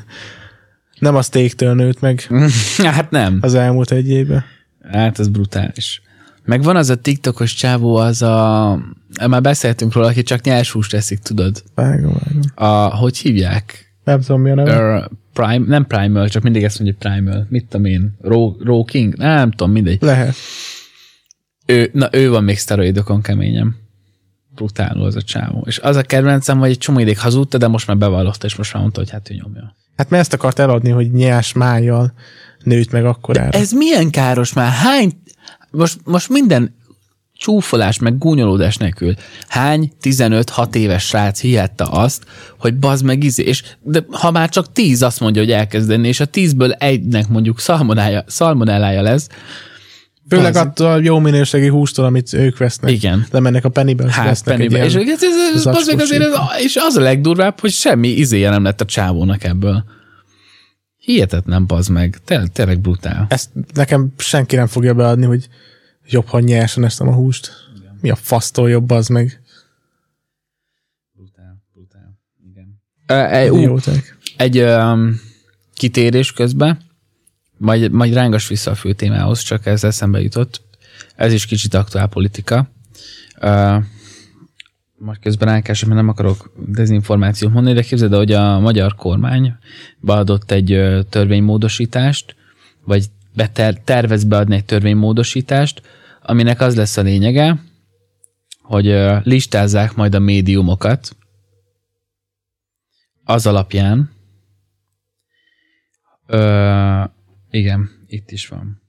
Nem a steaktől nőtt meg. Hát nem. Az elmúlt egy évben. Hát ez brutális. Meg van az a TikTokos csávó, az a... Már beszéltünk róla, aki csak nyershúst eszik, tudod? Vágom, vágom. A... Hogy hívják? Nem tudom, mi a neve. Uh, Prime, nem Primal, csak mindig ezt mondja Primal. Mit tudom én? Raw, Raw King? Nem tudom, mindegy. Lehet. Ő, na, ő van még szteroidokon keményen. Brutáló az a csávó. És az a kedvencem, hogy egy csomó ideig hazudta, de most már bevallotta, és most már mondta, hogy hát ő nyomja. Hát mert ezt akart eladni, hogy nyers májjal nőtt meg akkorára. Ez milyen káros már? Hány... Most, most minden csúfolás, meg gúnyolódás nélkül. Hány tizenöt-hat éves srác hihette azt, hogy bazd meg izé, és de ha már csak tíz azt mondja, hogy elkezdeni, és a tízből egynek mondjuk szalmonellája lesz. Főleg az... attól a jó minőségi hústól, amit ők vesznek. Igen. Lemennek a Pennybe, és hát, vesznek Pennybe. egy és, ez, ez, az azért, és az a legdurvább, hogy semmi izéje nem lett a csávónak ebből. Hihetetlen, bazd meg. Tényleg, tényleg brutál. Ezt nekem senki nem fogja beadni, hogy jobb, ha nyersen ezt a húst. Igen. Mi a fasztól jobb, bazd meg. Brutál, brutál. Igen. Uh, uh, uh, egy ö, kitérés közben, majd, majd rángass vissza a fő témához, csak ez eszembe jutott. Ez is kicsit aktuál politika. Ö, majd közben ránkások, mert nem akarok dezinformációt mondani, de képzeld, hogy a magyar kormány beadott egy ö, törvénymódosítást, vagy beter, tervez beadni egy törvénymódosítást, aminek az lesz a lényege, hogy ö, listázzák majd a médiumokat az alapján. Ö, igen, itt is van.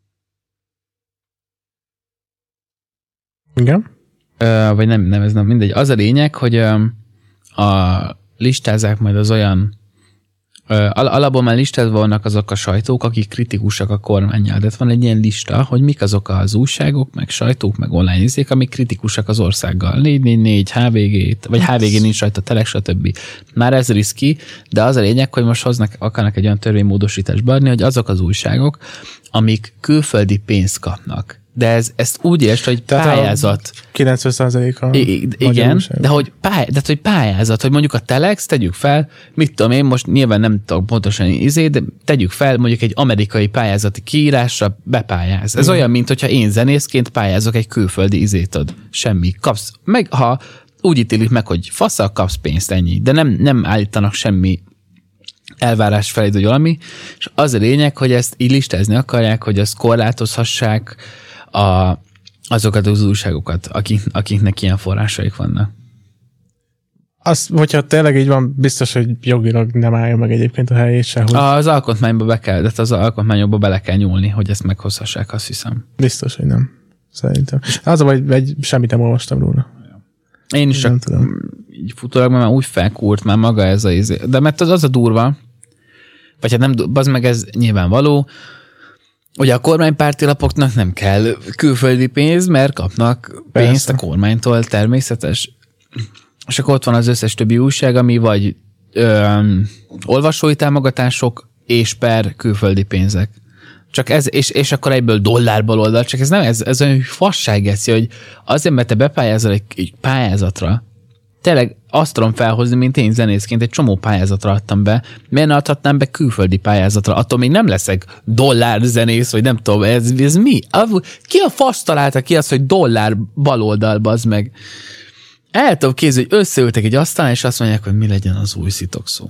Igen. Ö, vagy nem, nem, ez nem mindegy. Az a lényeg, hogy ö, a listázzák majd az olyan ö, al- alapból már listázva vannak azok a sajtók, akik kritikusak a kormánnyal. De van egy ilyen lista, hogy mik azok az újságok, meg sajtók, meg online izék, amik kritikusak az országgal. négy négy négy, há vé gé, vagy há vé gé nincs rajta, Telex, stb. Már ez riszki, de az a lényeg, hogy most hoznak, akarnak egy olyan törvénymódosítást beadni, hogy azok az újságok, amik külföldi pénzt kapnak. De ez, ezt úgy értsd, hogy Tehát pályázat. kilencven százalék a I- igen, de hogy, pály, de hogy pályázat, hogy mondjuk a Telex, tegyük fel, mit tudom én, most nyilván nem tudok pontosan izé, de tegyük fel, mondjuk egy amerikai pályázati kiírásra bepályáz. Ez mm. olyan, mint hogyha én zenészként pályázok egy külföldi izét ad. Semmi. Kapsz, meg ha úgy ítélik meg, hogy faszal, kapsz pénzt, ennyi. De nem, nem állítanak semmi elvárás felé, vagy valami, és az a lényeg, hogy ezt így listázni akarják, hogy azt korlátozhassák a, azokat az újságokat, akik, akiknek ilyen forrásaik vannak. Az, hogyha tényleg így van, biztos, hogy jogilag nem állja meg egyébként a helyét se, hogy... Az alkotmányba be kell, de az alkotmányokba bele kell nyúlni, hogy ezt meghozhassák, azt hiszem. Biztos, hogy nem. Szerintem. Az a baj, egy, semmit nem olvastam róla. Én is nem csak tudom. így futólag már úgy felkúrt már maga ez a izé. De mert az, az a durva, vagy hát nem, az meg ez nyilvánvaló, ugye a kormánypárti lapoknak nem kell külföldi pénz, mert kapnak pénzt Persze. a kormánytól, természetes. És akkor ott van az összes többi újság, ami vagy ö, olvasói támogatások és per külföldi pénzek. Csak ez, és, és akkor egyből dollárból oldal, csak ez nem, ez, ez olyan fasság eszi, hogy azért, mert te bepályázol egy, egy pályázatra, tényleg azt tudom felhozni, mint én zenészként, egy csomó pályázatra adtam be. Miért ne adhatnám be külföldi pályázatra? Attól még nem leszek dollár zenész, vagy nem tudom, ez, ez mi? Ki a fasz találta ki azt, hogy dollár baloldal, bazd meg? El tudom képzelni, hogy összeültek egy asztalán, és azt mondják, hogy mi legyen az új szitokszó.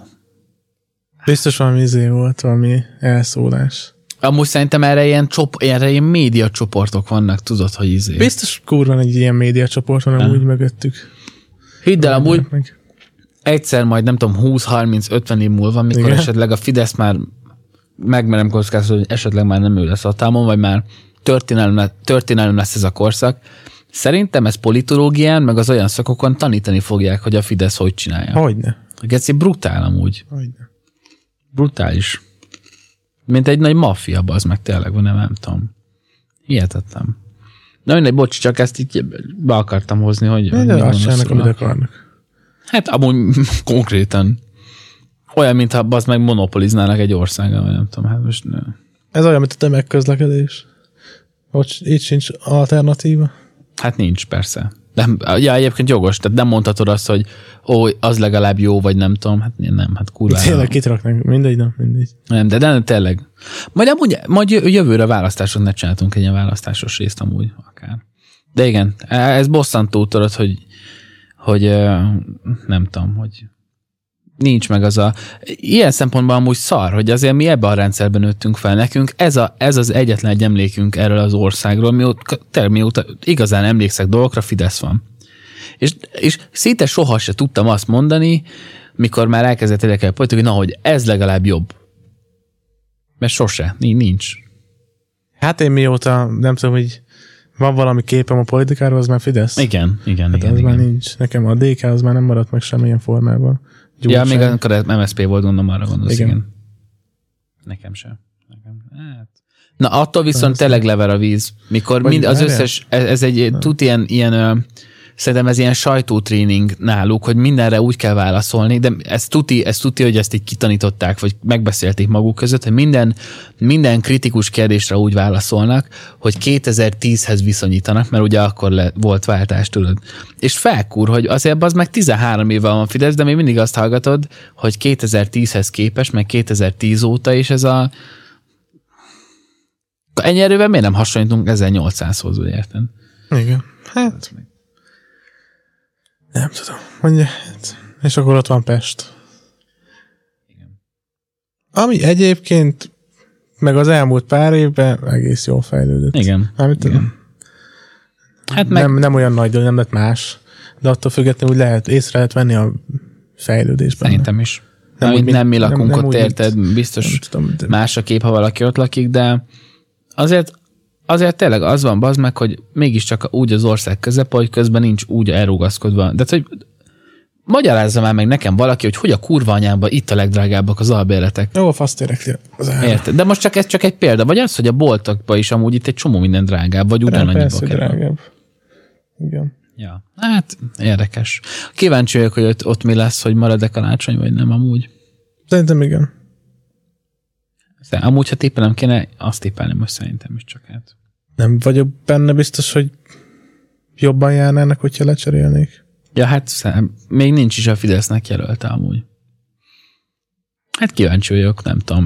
Biztos valami izé volt, valami elszólás. Amúgy szerintem erre ilyen, csop, erre ilyen média csoportok vannak, tudod, hogy izé. Biztos kurva egy ilyen média csoport van amúgy mögöttük. Hidd el, amúgy meg. Egyszer majd nem tudom, húsz harminc ötven év múlva, mikor Igen? esetleg a Fidesz már megmerem kockázni, hogy esetleg már nem ő lesz hatalmon, vagy már történelem, történelem lesz ez a korszak. Szerintem ez politológián, meg az olyan szakokon tanítani fogják, hogy a Fidesz hogy csinálja. Hogyne. Geci brutál amúgy. Hogyne. Brutális. Mint egy nagy maffia, az meg tényleg van, nem, nem tudom. Hihetetlen. Na mindegy, bocs, csak ezt így be akartam hozni, hogy... De azt csinálnak, amit akarnak. Hát amúgy konkrétan. Olyan, mintha az meg monopoliznának egy országgal, vagy nem tudom, hát most... Ne. Ez olyan, mint a tömegközlekedés. Hogy itt sincs alternatíva. Hát nincs, persze. De, ja, egyébként jogos, tehát nem mondhatod azt, hogy ó, az legalább jó, vagy nem tudom, hát nem, hát kurvára. Tényleg kitraknak, mindegy, nem, mindegy. Nem, de, de tényleg. Majd amúgy, majd jövőre választáson ne csináltunk egy ilyen választásos részt amúgy, akár. De igen, ez bosszantó, tudod, hogy, hogy nem tudom, hogy nincs meg az a... Ilyen szempontból amúgy szar, hogy azért mi ebben a rendszerben nőttünk fel. Nekünk ez, a, ez az egyetlen egy emlékünk erről az országról, mióta, te, mióta igazán emlékszek dolgokra, Fidesz van. És, és szinte soha se tudtam azt mondani, mikor már elkezdett érdekelni a politika, hogy na, hogy ez legalább jobb. Mert sose, nincs. Hát én mióta, nem tudom, hogy van valami képem a politikáról, az már Fidesz. Igen, igen, hát igen. Az igen. már nincs. Nekem a dé ká az már nem maradt meg semmilyen formában. Ja, még amikor em es zé pé volt, gondolom, arra gondolsz, igen. igen. Nekem sem. Nekem. Hát. Na, attól viszont tényleg lever a víz. Mikor mind, az összes, ez, ez egy tud ilyen, ilyen szerintem ez ilyen sajtótréning náluk, hogy mindenre úgy kell válaszolni, de ez tuti, ez tuti, hogy ezt így kitanították, vagy megbeszélték maguk között, hogy minden, minden kritikus kérdésre úgy válaszolnak, hogy kétezer-tízhez viszonyítanak, mert ugye akkor le, volt váltás, tudod. És felkúr, hogy azért az meg tizenhárom éve van Fidesz, de még mindig azt hallgatod, hogy kétezer-tízhez képest, meg kétezer-tíz óta is ez a ennyi erővel miért nem hasonlítunk ezernyolcszázhoz, vagy érted? Igen. Hát, nem tudom. Mondja, hát. És akkor ott van Pest. Igen. Ami egyébként meg az elmúlt pár évben egész jól fejlődött. Igen. Amit Igen. Hát meg... nem, nem olyan nagy, de nem lett más. De attól függetlenül úgy lehet, észre lehet venni a fejlődésben. Szerintem is. Nem, nem, úgy, mint, nem mi lakunk nem, nem ott, úgy, érted? Biztos nem tudom, de... más a kép, ha valaki ott lakik, de azért azért tényleg az van, bazd meg, hogy mégiscsak úgy az ország közepe, hogy közben nincs úgy elrugaszkodva. De hogy magyarázza már meg nekem valaki, hogy hogy a kurva anyámban itt a legdrágábbak az albérletek. Jó, fasz érekli az ára. Érted? De most csak ez csak egy példa. Vagy az, hogy a boltokban is amúgy itt egy csomó minden drágább, vagy ugyanannyiba Persze, kerül. drágább. Igen. Ja. Hát, érdekes. Kíváncsi vagyok, hogy ott, ott mi lesz, hogy marad-e karácsony, vagy nem amúgy. Szerintem igen. De amúgy, ha tippelem kéne, azt tippelném, most szerintem is csak hát. Nem vagyok benne biztos, hogy jobban járnának, hogyha lecserélnék. Ja, hát szem, még nincs is a Fidesznek jelölte amúgy. Hát kíváncsi vagyok, nem tudom.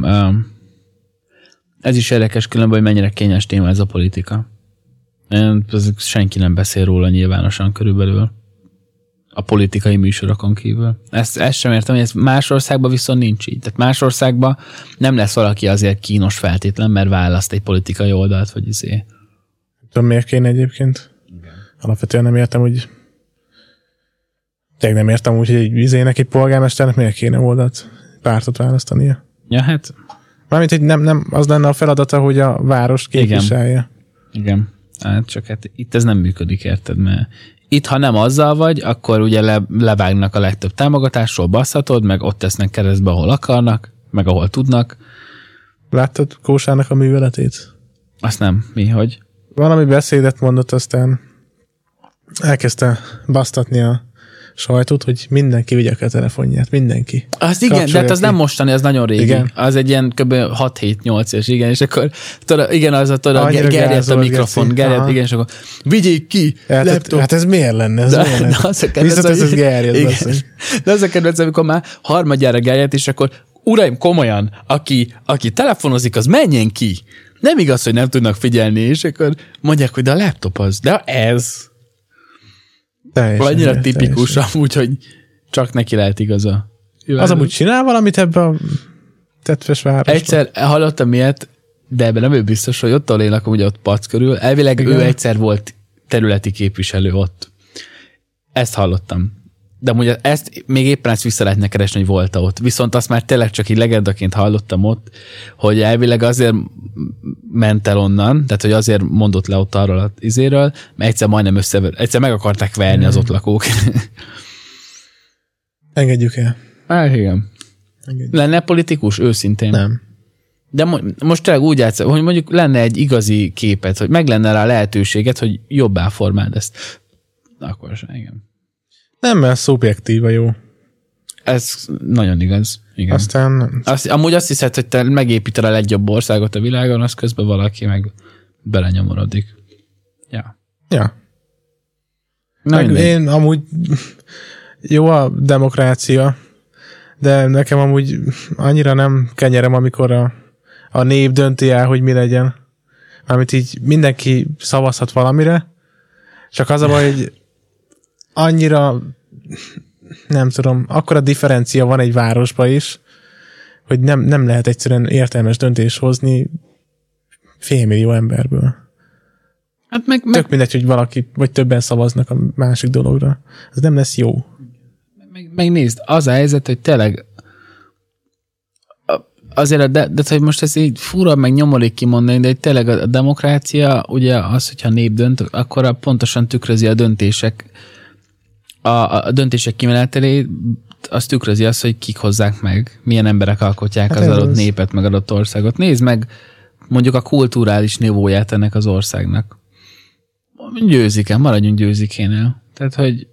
Ez is érdekes különben, hogy mennyire kényes téma ez a politika. Senki nem beszél róla nyilvánosan körülbelül. A politikai műsorokon kívül. Ezt, ezt sem értem, hogy ez más országban viszont nincs így. Tehát más országban nem lesz valaki azért kínos feltétlen, mert választ egy politikai oldalt, vagy izé. Tudom, miért kéne egyébként? Igen. Alapvetően nem értem, hogy tényleg nem értem úgy, hogy egy izének, egy polgármesternek miért kéne oldalt, pártot választania. Ja, hát. Mármint, hogy nem, nem az lenne a feladata, hogy a város képviselje. Igen. Igen. Hát csak hát itt ez nem működik, érted, mert itt, ha nem azzal vagy, akkor ugye le, levágnak a legtöbb támogatásról, basszhatod, meg ott tesznek keresztbe, ahol akarnak, meg ahol tudnak. Láttad Kósának a műveletét? Azt nem. Mi, hogy? Valami beszédet mondott, aztán elkezdte basztatni a sajtót, hogy mindenki vigye a telefonját, mindenki. Az igen, de hát az nem mostani, az nagyon régi. Igen. Az egy ilyen kb. hat hét nyolc éves, igen, és akkor tudod, igen, az a tudod, gerjedt a mikrofon, gerjedt, igen, és akkor vigyék ki, hát, laptop. Hát ez miért lenne? Ez de, miért lenne? De az a kedvenc, ez, ez gerjedt, de az a kedvenc, amikor már harmadjára gerjedt, és akkor uraim, komolyan, aki, aki telefonozik, az menjen ki. Nem igaz, hogy nem tudnak figyelni, és akkor mondják, hogy de a laptop az, de ez... Teljesen, annyira tipikus amúgy, hogy csak neki lehet igaza. Jó, az amúgy csinál valamit ebbe a tetves városban? Egyszer hallottam ilyet, de ebben nem ő biztos, hogy ott, ahol én lakom, ugye ott Pac körül. Elvileg igen. Ő egyszer volt területi képviselő ott. Ezt hallottam. De amúgy ezt még éppen ezt vissza lehetne keresni, hogy volt ott. Viszont azt már tényleg csak így legendaként hallottam ott, hogy elvileg azért ment el onnan, tehát hogy azért mondott le ott arról az izéről, mert egyszer majdnem összever, egyszer meg akarták verni az ott lakók. Engedjük el. Hát igen. Engedjük. Lenne politikus? Őszintén. Nem. De mo- most tényleg úgy játsz, hogy mondjuk lenne egy igazi képet, hogy meg lenne rá lehetőséget, hogy jobbá formáld ezt. Akkor sem, igen. Nem, mert szubjektíva jó. Ez nagyon igaz. Igen. Aztán... Azt, amúgy azt hiszed, hogy te megépíted a legjobb országot a világon, az közben valaki meg belenyomorodik. Ja. Ja. Na, meg én amúgy jó a demokrácia, de nekem amúgy annyira nem kenyerem, amikor a, a nép dönti el, hogy mi legyen. Amit így mindenki szavazhat valamire, csak az a baj, hogy annyira, nem tudom, akkora differencia van egy városban is, hogy nem, nem lehet egyszerűen értelmes döntés hozni félmillió emberből. Hát meg, meg... Tök mindegy, hogy valaki, vagy többen szavaznak a másik dologra. Ez nem lesz jó. Meg, meg nézd, az a helyzet, hogy tényleg azért, de, de hogy most ez így fura, meg nyomorik kimondani, de tényleg a demokrácia, ugye az, hogyha nép dönt, akkor pontosan tükrözi a döntések a, a döntések kimenetelé, az tükrözi azt, hogy kik hozzák meg, milyen emberek alkotják hát az adott az... népet, meg adott országot. Nézd meg mondjuk a kulturális nivóját ennek az országnak. Győzike, maradjunk Győzikénél. Tehát, hogy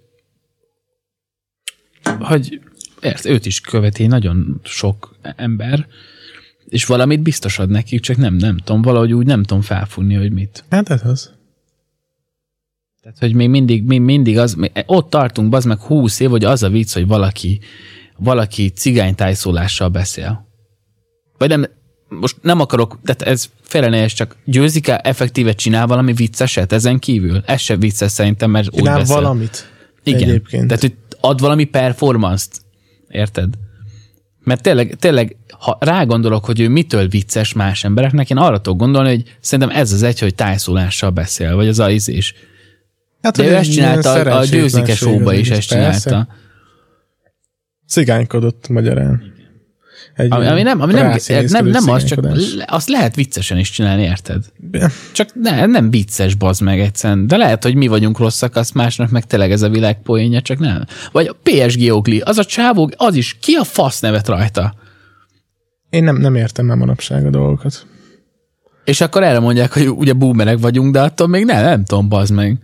hogy ért, őt is követi nagyon sok ember, és valamit biztos ad nekik, csak nem, nem tudom, valahogy úgy nem tudom felfújni, hogy mit. Hát ez az. Tehát, hogy még mindig, még mindig az, ott tartunk, bazd meg húsz év, hogy az a vicc, hogy valaki, valaki cigánytájszólással beszél. Vagy nem, most nem akarok, tehát ez félrenézés, csak győzik el, effektíve csinál valami vicceset ezen kívül? Ez se vicces szerintem, mert úgy Csinál beszél. valamit. Igen, Egyébként. tehát hogy ad valami performance-t. Érted? Mert tényleg, tényleg, ha rágondolok, hogy ő mitől vicces más embereknek, én arra tudok gondolni, hogy szerintem ez az egy, hogy tájszólással beszél, vagy az a izés. Hát, de ő ezt csinálta, a Győzike Show-ba is ezt csinálta. Cigánykodott magyarán. Egy Ami, ami nem, ami nem, nem, nem az, csak cigánykodás. azt lehet viccesen is csinálni, érted? Csak ne, nem vicces, bazd meg egyszerűen. De lehet, hogy mi vagyunk rosszak, azt másnak meg tényleg ez a világ poénja, csak nem. Vagy a pé es gé Ogli, az a csávó, az is, ki a fasz nevet rajta? Én nem, nem értem már manapság a dolgokat. És akkor erre mondják, hogy ugye boomerek vagyunk, de attól még nem, nem tudom, bazd meg.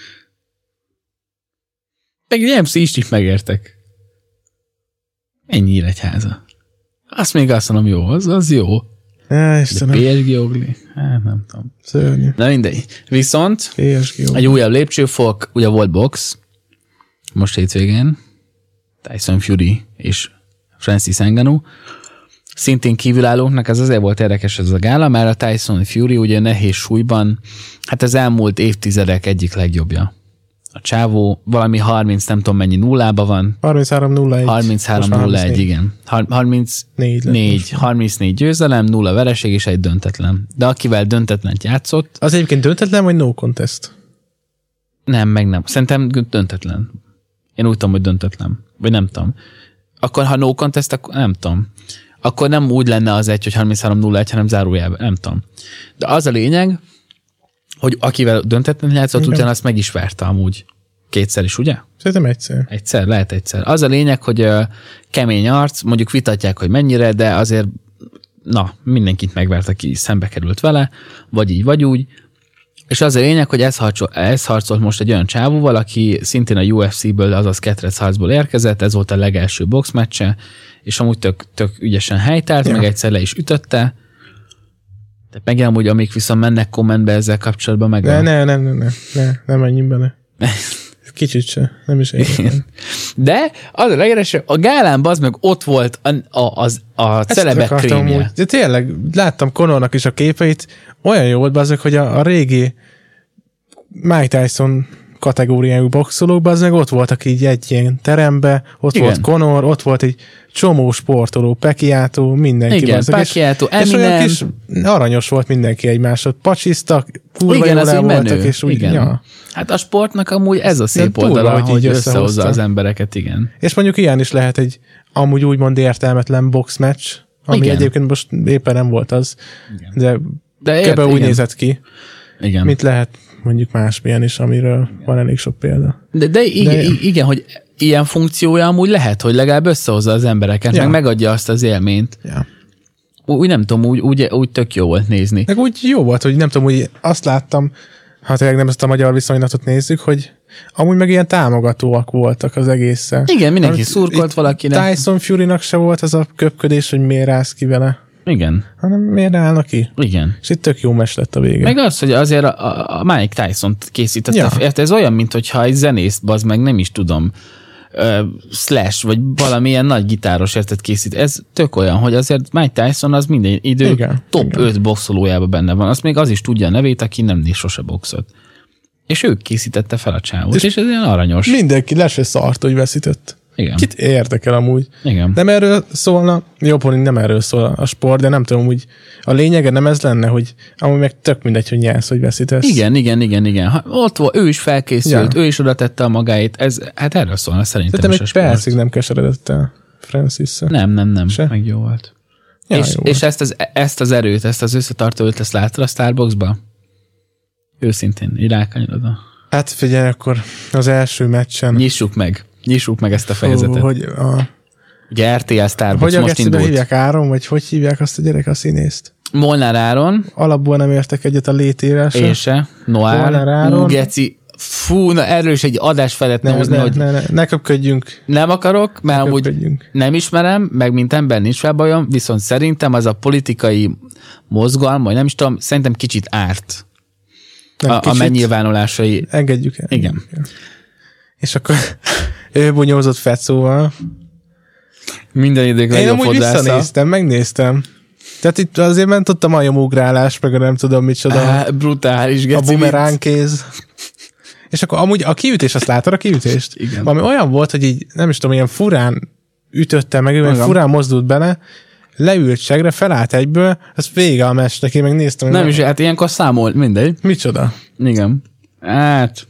Meg em cé is megértek. Ennyi Nyíregyháza. Azt még azt mondom, jó, az, az jó. Ja, Istenem. pé es gé Ogli? Hát nem tudom. Szörnyű. Na mindegy. Viszont pé es gé Ogli. egy újabb lépcsőfok, ugye volt box, most hétvégén, Tyson Fury és Francis Ngannou. Szintén kívülállóknak ez azért volt érdekes ez a gála, mert a Tyson Fury ugye nehéz súlyban, hát az elmúlt évtizedek egyik legjobbja. A csávó valami harminc, nem tudom mennyi nullában van. harminchárom nulla egy. harminchárom nulla egy, igen. harmincnégy, harmincnégy győzelem, nulla vereség és egy döntetlen. De akivel döntetlent játszott... Az egyébként döntetlen, vagy no contest? Nem, meg nem. Szerintem döntetlen. Én úgy tudom, hogy döntetlen. Vagy nem tudom. Akkor ha no contest, akkor nem tudom. Akkor nem úgy lenne az egy, hogy harminchárom nulla egy, hanem zárójában. Nem tudom. De az a lényeg, hogy akivel döntetlen játszott, igen, ugyanazt meg is verte amúgy. Kétszer is, ugye? Szerintem egyszer. Egyszer, lehet egyszer. Az a lényeg, hogy uh, kemény arc, mondjuk vitatják, hogy mennyire, de azért na, mindenkit megvert, aki szembe került vele, vagy így, vagy úgy. És az a lényeg, hogy ez, harcol, ez harcolt most egy olyan csávóval, aki szintén a u ef cé-ből, azaz ketrec harcból érkezett, ez volt a legelső boxmeccse, és amúgy tök, tök ügyesen helytált, ja, meg egyszer le is ütötte. Tehát meg amúgy, amik viszont mennek kommentbe ezzel kapcsolatban, meg... Ne, a... ne, ne, ne, ne, ne, ne menjünk bele. Kicsit se, nem is értem. De az a legyeresebb, a gálán az meg ott volt a, a, az, a celebek krémje. De tényleg, láttam Conornak is a képeit, olyan jó volt azok, hogy a, a régi Mike Tyson kategóriájú boxolók, az meg ott voltak így egy ilyen terembe, ott igen, volt Conor, ott volt egy csomó sportoló, Pacquiao, mindenki. Igen, Pacquiao, Eminem. És aranyos volt mindenki egymásod, pacsiztak, kurva igen, az voltak, menő. És úgy, igen. Ja. Hát a sportnak amúgy ez a szép ja, oldala, túl, hogy összehozza az embereket, igen. És mondjuk ilyen is lehet egy amúgy úgymond értelmetlen boxmatch, ami igen, egyébként most éppen nem volt az, igen, de, de kb. Úgy igen, nézett ki, igen, mint lehet mondjuk másmilyen is, amiről van elég sok példa. De, de, igen, de igen, hogy ilyen funkciója amúgy lehet, hogy legalább összehozza az embereket, ja, meg megadja azt az élményt. Ja. Úgy nem tudom, úgy, úgy, úgy tök jó volt nézni. Meg úgy jó volt, hogy nem tudom, úgy azt láttam, ha tényleg nem ezt a magyar viszonylatot nézzük, hogy amúgy meg ilyen támogatóak voltak az egészen. Igen, mindenki szurkolt valakinek. Tyson Furynak se volt az a köpködés, hogy miért állsz ki vele. Igen. Hanem miért állnak ki? Igen. És itt tök jó mes lett a vége. Meg az, hogy azért a, a Mike Tyson-t készítette. Ja. Érte, ez olyan, mintha egy zenészt, bazd meg, nem is tudom, uh, Slash, vagy valamilyen nagy gitáros érted készít. Ez tök olyan, hogy azért Mike Tyson az minden idő igen, top igen, öt boxolójában benne van. Azt még az is tudja a nevét, aki nem néz sose boxot. És ő készítette fel a csávót, és, és ez ilyen aranyos. Mindenki le se szart, hogy veszített. Igen. Kit érdekel amúgy? Igen. Nem erről szólna, jó, nem erről szól a sport, de nem tudom, hogy a lényege nem ez lenne, hogy amúgy meg tök mindegy, hogy nyersz, hogy veszítesz. Igen, igen, igen, igen. Ha, ott volt, ő is felkészült, ja, ő is oda tette a magáit, ez, hát erről szólna szerintem Szerintem is a egy percig nem keseredett el Francis-szel. Nem, nem, nem, se? Meg jó volt. Ja, és jó és volt. Ezt, az, ezt az erőt, ezt az összetartó őt, ezt láttad a Starbucksba? Őszintén, így rákanyarodva. Hát figyelj, akkor az első meccsen... Nyissuk meg. Nyissuk meg ezt a fejezetet. Hú, hogy a... Ugye er té el Starbucks hogy most indult. Hogy hívják Áron, vagy hogy hívják azt a gyerek a színészt? Molnár Áron. Alapból nem értek egyet a létével se. Én se. Noár. Ú, geci. Fú, na erről is egy adás felett Ne, hozni, ne, hogy ne, ne, ne köpködjünk. nem akarok, mert Ne amúgy köpködjünk. nem ismerem, meg mint ember nincs fel bajom, viszont szerintem az a politikai mozgalom, vagy nem is tudom, szerintem kicsit árt Nem, a, a kicsit megnyilvánulásai. Engedjük el. Igen. És akkor ő bunyózott Fecóval. Minden idők Én legjobb amúgy fodrásza. visszanéztem, megnéztem. Tehát itt azért ment ott a majomugrálás, meg a nem tudom micsoda. Á, brutális, A geci. bumerán kéz. És akkor amúgy a kiütés, azt látod a kiütést? Igen. Valami olyan volt, hogy így, nem is tudom, ilyen furán ütötte meg, olyan Igen. furán mozdult bele, leült segre, felállt egyből, az vége a meccsnek, én meg néztem, hogy Nem is, hát ilyenkor számolt, mindegy. micsoda. Igen. Hát...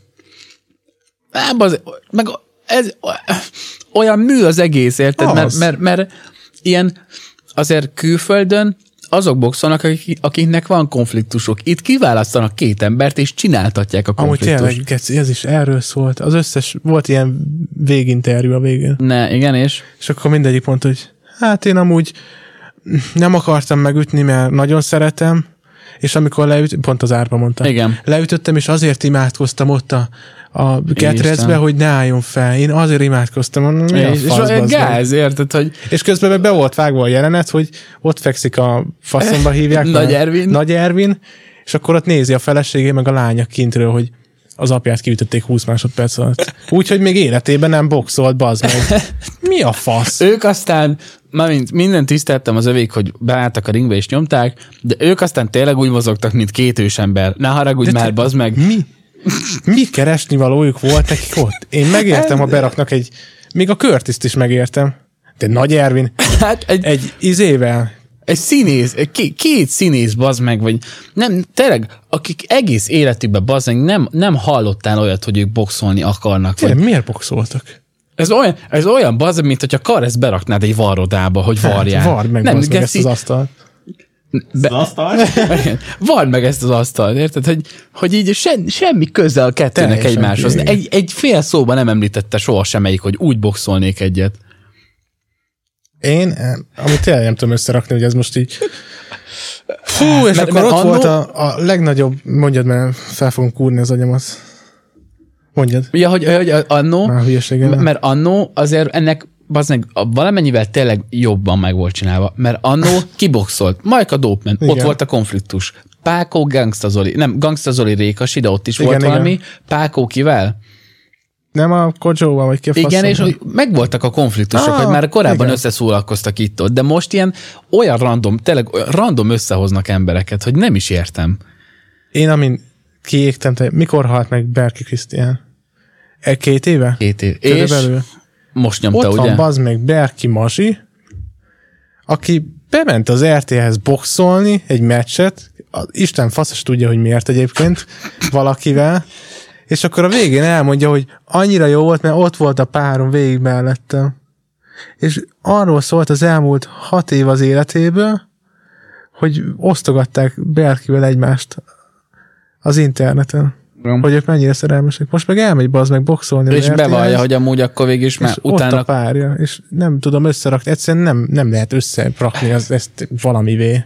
Á, az, meg ez olyan mű az egész, érted? Az. Mert, mert, mert ilyen azért külföldön azok boxolnak, akik, akiknek van konfliktusok. Itt kiválasztanak két embert, és csináltatják a Amúgy konfliktust. tényleg, geci, ez is erről szólt. Az összes, volt ilyen véginterjú a végén. Ne, igen, és? És akkor mindegyik mondta, hogy hát én amúgy nem akartam megütni, mert nagyon szeretem, és amikor leüt, pont az árba mondta. Igen. Leütöttem, és azért imádkoztam ott a, a ketrecbe, hogy ne álljon fel. Én azért imádkoztam. Mondom, mi a És, és fasz, olyan bazd meg? gáz, érted, hogy És közben meg be volt vágva a jelenet, hogy ott fekszik a faszomba hívják. Nagy már? Ervin. Nagy Ervin, és akkor ott nézi a feleségé, meg a lánya kintről, hogy az apját kiütötték húsz másodperc alatt. Úgyhogy még életében nem boxolt, bazd meg. Mi a fasz? ők aztán, mármint minden tiszteltem az övék, hogy beálltak a ringbe és nyomták, de ők aztán tényleg úgy mozogtak, mint két ősember. Ne haragudj De már, te- bazd meg. Mi? Mi keresni valójuk volt nekik ott? Én megértem, ha beraknak egy... Még a Curtis-t is megértem. De Nagy Ervin Hát egy, egy, egy izével... egy színész, egy két, két színész, bazd meg, vagy nem, tényleg, akik egész életükben, bazd meg, nem, nem hallottál olyat, hogy ők boxolni akarnak. Vagy Tényleg, miért boxoltak? ez olyan, ez olyan bazd meg, mint hogyha Karesz beraknád egy varrodába, hogy varjál. Hát, vard meg, nem, bazd meg geci, ezt az asztalt. Az asztal? Igen. Vard meg ezt az asztalt, érted? Hogy, hogy így se, semmi köze a kettőnek Teljesen egymáshoz. igen. Egy, egy fél szóban nem említette soha semmelyik, hogy úgy boxolnék egyet. Én, amit tényleg nem tudom összerakni, hogy ez most így... Fú, és Mert- akkor mert ott annó- volt a, a legnagyobb... Mondjad, mert fel fogom kúrni az agyamat. Mondjad. Ugye, hogy, hogy annó, Már hülyeségem. mert annó azért ennek bazd meg, a- valamennyivel tényleg jobban meg volt csinálva, mert annó kiboxolt. Majka Dopeman, ott Igen. volt a konfliktus. Pákó Gangsta Zoli, nem, Gangsta Zoli Rékasi, de ott is Igen, volt igen. valami. Pákó kivel? Nem a Kojóval, vagy ki a Igen, faszom? és hogy megvoltak a konfliktusok, Ah, hogy már korábban igen. összeszólalkoztak itt-ott, de most ilyen olyan random, tényleg olyan random összehoznak embereket, hogy nem is értem. Én, amin kiégtem, te, mikor halt meg Berki Krisztián? E két éve? Két év. És Körülbelül. most nyomta, Ott ugye? van bazd meg Berki Mazsi, aki bement az er té el-hez boxolni egy meccset, a- Isten faszos tudja, hogy miért egyébként, valakivel, és akkor a végén elmondja, hogy annyira jó volt, mert ott volt a párom végig mellettem. És arról szólt az elmúlt hat év az életéből, hogy osztogatták Berkivel egymást az interneten. Igen. Hogy ők mennyire szerelmesek. Most meg elmegy bazd meg boxolni. És az er té el-hez, bevallja, hogy amúgy akkor végig is már és ott a utána... párja, és nem tudom összerakni, egyszerűen nem, nem lehet összerakni az, ezt valamivé.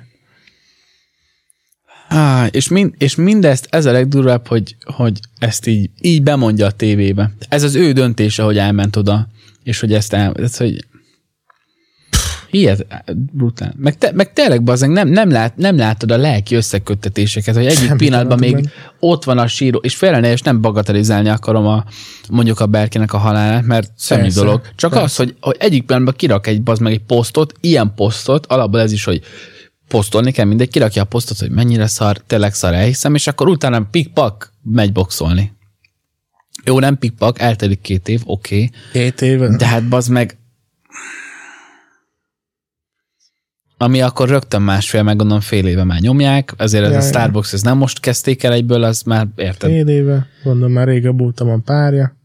Ah, és, mind, és mindezt ez a legdurvább, hogy, hogy ezt így, így bemondja a tévébe. Ez az ő döntése, hogy elment oda, és hogy ezt el... Ez, hogy... Hihet, brutál. Meg, te, meg tényleg, bazdmeg, nem, nem, lát, nem látod a lelki összeköttetéseket, hogy egyik Semmit pillanatban nem még látom ott van a síró, és félre és nem bagatelizálni akarom a, mondjuk a Berkinek a halálát, mert semmi Persze, dolog. Csak persze. az, hogy, hogy egyik pillanatban kirak egy bazd meg egy posztot, ilyen posztot, alapból ez is, hogy posztolni kell, mindegy, kirakja a posztot, hogy mennyire szar, tényleg szar, elhiszem, és akkor utána pikpak megy boxolni. Jó, nem pikpak, eltelik két év, oké, okay, Két éve. de hát bazd meg, ami akkor rögtön másfél, meg gondolom fél éve már nyomják, azért ez Ja, a ja. Starbucks, ez nem most kezdték el egyből, az már érted. Fél éve, mondom, már régebb óta van párja.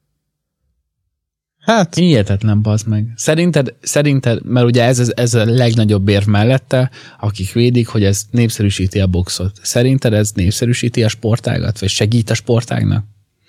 Hát, Hihetetlen, bazd meg. Szerinted, szerinted, mert ugye ez, ez, ez a legnagyobb érv mellette, akik védik, hogy ez népszerűsíti a boxot. Szerinted ez népszerűsíti a sportágat, vagy segít a sportágnak?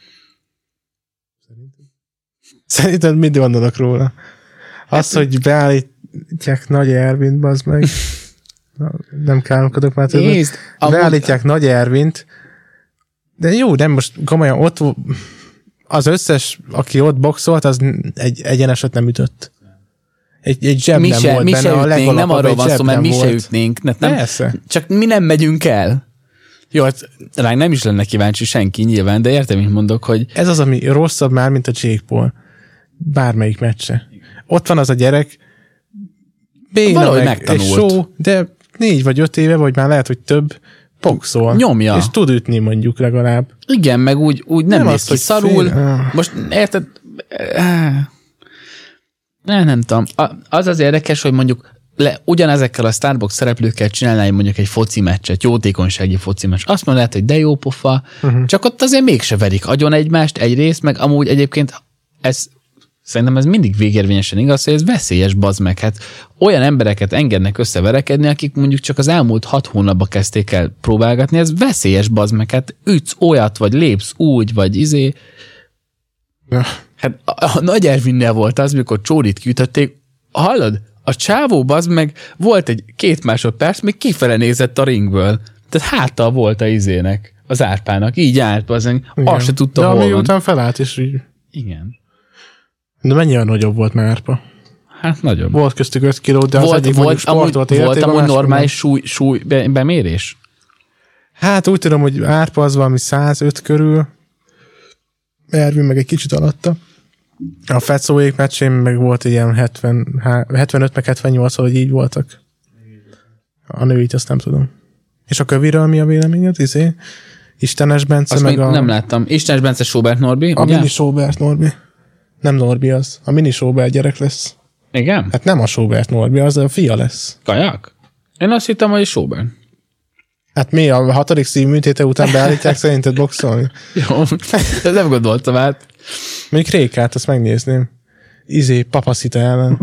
szerinted mit gondolok róla? Az, hogy beállítják Nagy Ervint, bazd meg. Na, nem káromkodok már többet. Nézd, amúgy- Beállítják Nagy Ervint, De jó, de most komolyan ott az összes, aki ott boxolt, az egy egyeneset nem ütött. Egy, egy zseb mi nem se, volt mi benne, se a ütnénk, legalapabb nem arról egy van zseb szó, mert nem mi se volt. ütnénk. Nem, Persze. Csak mi nem megyünk el. Jó, hát Ránk nem is lenne kíváncsi senki nyilván, de értem, mint mondok, hogy ez az, ami rosszabb már, mint a Jake Paul. Bármelyik meccse. Ott van az a gyerek, béna Valahogy meg, megtanult. és só, de négy vagy öt éve, vagy már lehet, hogy több, boxol. Nyomja. És tud ütni mondjuk legalább. igen, meg úgy, úgy nem, Nem néz azt, ki hogy szarul. fél- Most érted? Nem, nem tudom. A- Az az érdekes, hogy mondjuk le, ugyanezekkel a Starbucks szereplőkkel csinálnál mondjuk egy foci meccset, jótékonysági foci meccs. Azt mondja, lehet, hogy de jó pofa, uh-huh. csak ott azért mégse verik agyon egymást egyrészt, meg amúgy egyébként ez szerintem ez mindig végérvényesen igaz, hogy ez veszélyes, bazd meg. Hát olyan embereket engednek összeverekedni, akik mondjuk csak az elmúlt hat hónapban kezdték el próbálgatni, ez veszélyes, bazd meg. Hát ütsz olyat, vagy lépsz úgy, vagy izé. Ja. Hát a, a Nagy Ervinnel volt az, mikor Csórit kiütötték. Hallod? A csávó, bazd meg, volt egy két másodperc, még kifele nézett a ringből. Tehát háttal volt a izének, az Árpának. Így állt, bazd meg. Azt se tudta, de hol ami van. után felállt, és így... Igen. De mennyire nagyobb volt már Árpa? Hát nagyobb. Volt köztük öt kiló, de az Volt, egyik volt, mondjuk amúgy, sportolt volt életében, amúgy másik normális súly, súly be, bemérés? nem. Hát úgy tudom, hogy Árpa az valami százöt körül, Ervin meg egy kicsit alatta. A Fetszóék meccsén meg volt egy ilyen hetven, hetvenöt meg hetvennyolc, hogy így voltak. A nőit azt nem tudom. És a Köviről mi a véleményed? Izé? Istenes Bence Azt meg még a... nem láttam. Istenes Bence, Sobert Norbi, A ugye? mini Sobert Norbi. Nem Norbi az. A mini Sobert gyerek lesz. Igen? Hát nem a Sobert Norbi, az a fia lesz. Kajak? Én azt hittem, hogy Sobert. Hát mi, a hatodik szívműtéte után beállítják szerinted boxolni? Jó, ezt nem gondoltam át. Mondjuk Rékát, azt megnézném. Izé, Papaszita ellen.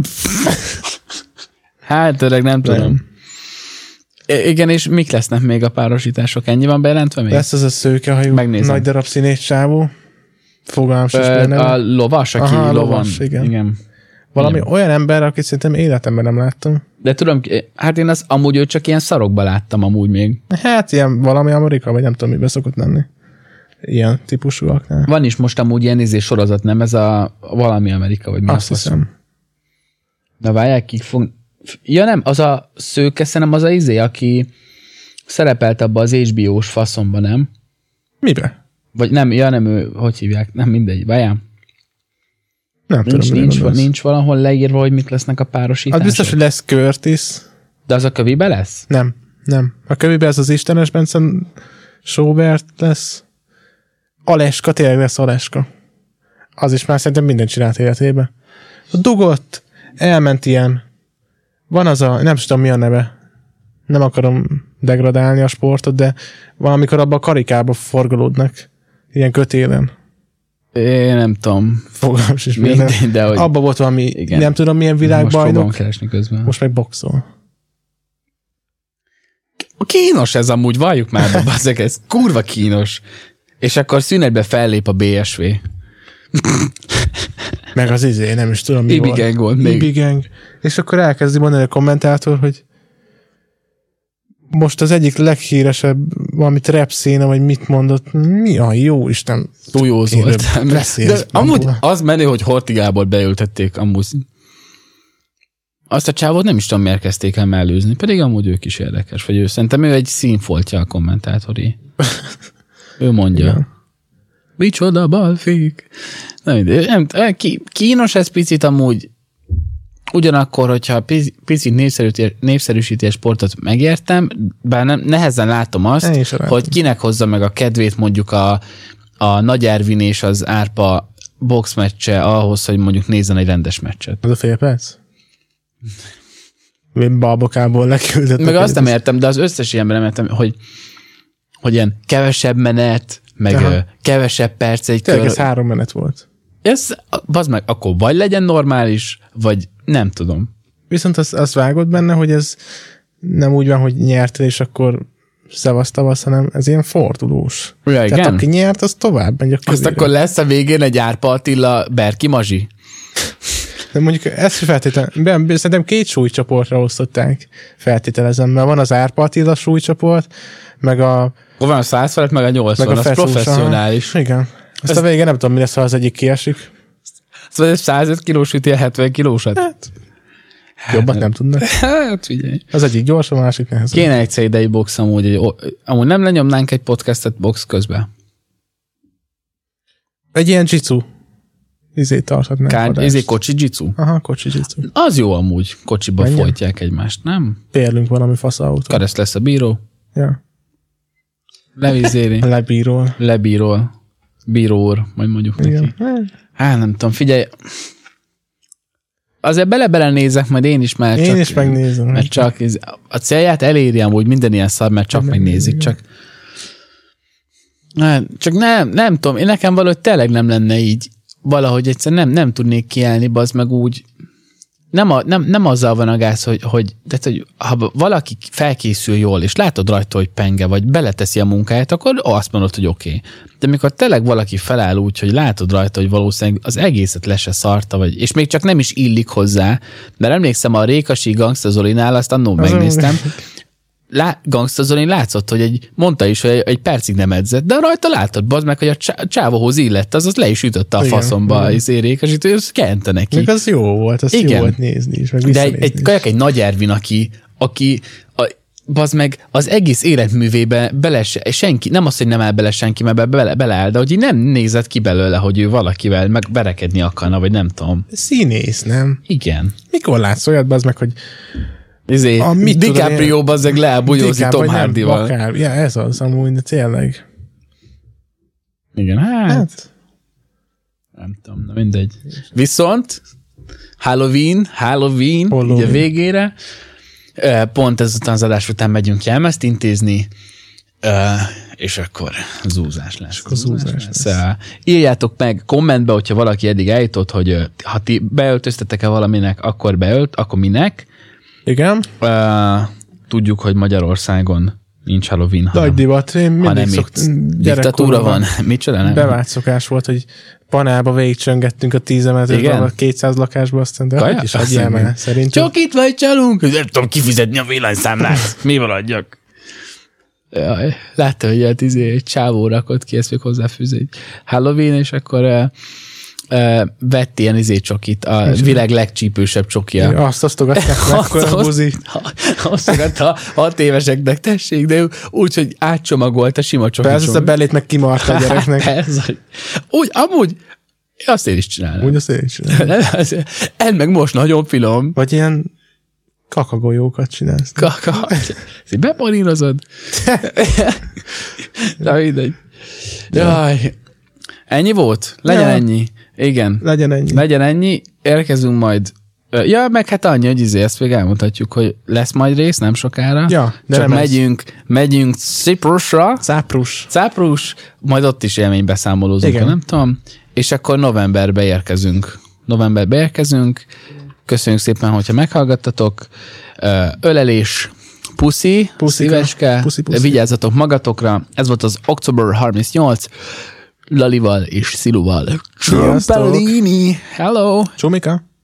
Hát öreg, nem tudom. Nem. I- igen, és mik lesznek még a párosítások? Ennyi van bejelentve még? Lesz az a szőkehajú, Megnézem. nagy darab színés csávó. Fogalmam sincs Ö, benne. a lovas, aki Aha, a lovon. lovas, igen. igen. Valami igen. olyan ember, akit szerintem életemben nem láttam. De tudom, hát én az, amúgy őt csak ilyen szarokba láttam amúgy még. Hát ilyen valami Amerika, vagy nem tudom, mibe szokott lenni. Ilyen típusúaknál. Van is most amúgy ilyen izé sorozat, nem? Ez a valami Amerika, vagy mi Azt az? hiszem. Na várják, kik fog... Ja nem, az a szőke, szerintem az a izé, aki szerepelt abba az há bé ó-s faszomba, nem? Mibe? Vagy nem, ja nem, ő, hogy hívják? Nem, mindegy, várjál. Nem Nincs, tudom, nincs, nincs, nincs valahol leírva, hogy mik lesznek a párosítások. Az biztos, hogy lesz Curtis. De az a kövibe lesz? Nem, nem. A kövibe ez az Istenes Bence Sobert lesz. Aleska, tényleg lesz Aleska. Az is már szerintem mindent csinált életébe. Dugott, elment ilyen. Van az a, nem tudom mi a neve. Nem akarom degradálni a sportot, de valamikor abban a karikába forgolódnak. Ilyen kötélen. Én nem tudom. Fogalmam sincs Mindegy, minden. de hogy... Abba volt valami, Igen. nem tudom milyen Most világbajnok. fogom keresni közben. Most meg boxol. Kínos ez amúgy, valljuk már be, bazzeg, ez kurva kínos. És akkor szünetbe fellép a bé es vé. Meg az izé, nem is tudom mi Ibi volt. Gang volt még. Ibi Gang. És akkor elkezdi mondani a kommentátor, hogy most az egyik leghíresebb valami trap színe, vagy mit mondott, mi a jó Isten. Túljózolt. Én beszélsz, De amúgy bambula. az menő, hogy Horthy Gábor beültették amúgy. Azt a csávót nem is tudom, miért kezdték el mellőzni, pedig amúgy ők is érdekes, vagy ő szerintem ő egy színfoltja a kommentátori. Ő mondja. Igen. Micsoda balfék. Nem, nem, ki- kínos ez picit amúgy, ugyanakkor, hogyha pici- picit népszerűsíti, népszerűsíti a sportot, megértem, bár nem, nehezen látom azt, Én is látom. hogy kinek hozza meg a kedvét mondjuk a, a Nagy Ervin és az Árpa boxmeccse ahhoz, hogy mondjuk nézzen egy rendes meccset. Az a fél perc? Én balbokából leküldött. Meg azt nem értem, de az összes ilyenben nem értem, hogy, hogy ilyen kevesebb menet, meg Aha. ö, kevesebb perc egy Tényleg kör. ez három menet volt. Ez, bazd meg, akkor vagy legyen normális, vagy nem tudom. Viszont azt, azt vágod benne, hogy ez nem úgy van, hogy nyertél, és akkor szevasz tavasz, hanem ez ilyen fordulós. Ja, Tehát igen? aki nyert, az tovább megy a Azt kövére. akkor lesz a végén egy Árpa Attila Berki Mazsi? De mondjuk ezt feltétlenül, szerintem két súlycsoportra osztották, feltételezem, mert van az Árpa Attila súlycsoport, meg a... Van a száz felett, meg a nyolcvan, meg a az feszús, professzionális. Aha. Igen. Azt Ez... a végén nem tudom, mi lesz, ha az egyik kiesik. Szóval százöt kilós üti a hetven kilósat? Hát, jobbat nem tudnak. Hát figyelj. Az egyik gyors, a másik nehezebb. Kéne egyszer idei box amúgy, egy, amúgy nem lenyomnánk egy podcastet box közben. Egy ilyen jitsu. Izé tarthatnánk. Kár, izé kocsi jitsu? Aha, kocsi jitsu. Az jó amúgy, kocsiba Menjen. folytják egymást, nem? Pérlünk valami faszautó. Kereszt lesz a bíró. Ja. Levizéri. Lebírol. Lebírol. Bíró úr, majd mondjuk Igen. neki. Hát nem tudom, figyelj. Azért bele-bele nézek, majd én is, mert én csak... is megnézem. Mert csak a célját eléri amúgy minden ilyen szar, mert csak megnézik, csak... Nem, csak nem, nem tudom, én nekem valahogy tényleg nem lenne így. Valahogy egyszer nem, nem tudnék kiállni, bazd meg úgy... Nem, a, nem, nem azzal van a gáz, hogy, hogy, tehát, hogy ha valaki felkészül jól, és látod rajta, hogy penge, vagy beleteszi a munkáját, akkor azt mondod, hogy oké. Okay. De amikor tényleg valaki feláll úgy, hogy látod rajta, hogy valószínűleg az egészet le se szarta, vagy, és még csak nem is illik hozzá, mert emlékszem a Rékasi Gangsta Zolinál, azt annól megnéztem, Lá, Gangsta Zolin látszott, hogy egy, mondta is, hogy egy, egy percig nem edzett, de rajta látod, bazd meg, hogy a csá, csávóhoz illett, az az le is ütötte a igen, faszomba, és Rékasit, hogy az kente neki. Még az jó volt, az igen. Jó volt nézni is, meg de egy, egy, kajak egy Nagy Ervin, aki, aki a, bazd meg az egész életművébe bele se, senki, nem az, hogy nem áll bele senki, mert bele, beleáll, de hogy így nem nézett ki belőle, hogy ő valakivel meg berekedni akarna, vagy nem tudom. Színész, nem? Igen. Mikor látsz olyat, bazd meg, hogy Izé, DiCaprio bazzeg leábújózik Tom Hardy-val. Akár, ja, ez az amúgy, de tényleg. Igen, hát, hát. Nem tudom, na mindegy. Viszont Halloween, Halloween, Halloween. Így a végére, pont ezután az adás után megyünk jelmezt intézni, és akkor zúzás lesz. Akkor zúzás lesz. lesz. Írjátok meg kommentbe, hogyha valaki eddig eljutott, hogy ha ti beöltöztetek-e valaminek, akkor beölt, akkor minek. Igen. Uh, tudjuk, hogy Magyarországon nincs Halloween, hanem, nagy divat. Én hanem szokt, itt diktatúra van. Micsoda nem? Bevált szokás volt, hogy panelba végigcsöngettünk a tíz emeltetben a kétszáz lakásba, aztán de hogy is adjál már, szerintem. Csak itt vagy csalunk, nem tudom kifizetni a villanyszámlát. Mi maradjak? Jaj, látta, hogy egy, egy csávó rakott ki, ezt még hozzáfűzni egy Halloween, és akkor uh, uh, vett ilyen izé csokit, a és világ legcsípősebb csokia. Azt osztogatják meg, akkor a buzi. Osztogatta hat éveseknek, tessék, de úgy, hogy átcsomagolt a sima csoki. Persze, ezt a belét meg kimarta a gyereknek. Persze. Úgy, amúgy, azt én is csinálom. Úgy azt én is csinálom. Edd meg most nagyon finom. Vagy ilyen kakagolyókat csinálsz. Kaka. Bepanírozod. Na mindegy. Jaj. Ennyi volt? Legyen ja. ennyi. Igen. Legyen ennyi. Legyen ennyi. Érkezünk majd. Ja, meg hát annyi, hogy izé, ezt még elmondhatjuk, hogy lesz majd rész, nem sokára. Ja, de csak megyünk, ez. megyünk Ciprusra. Cáprus. Cáprus. Majd ott is élménybeszámolózunk, nem tudom. És akkor novemberbe érkezünk. Novemberbe érkezünk. Köszönjük szépen, hogyha meghallgattatok. Ölelés, puszi, Puszika. Szívecske, puszi, puszi. Vigyázzatok magatokra. Ez volt az október harmincnyolc. Lalival és Sziluval. Csumpellini. Hello. Csumika.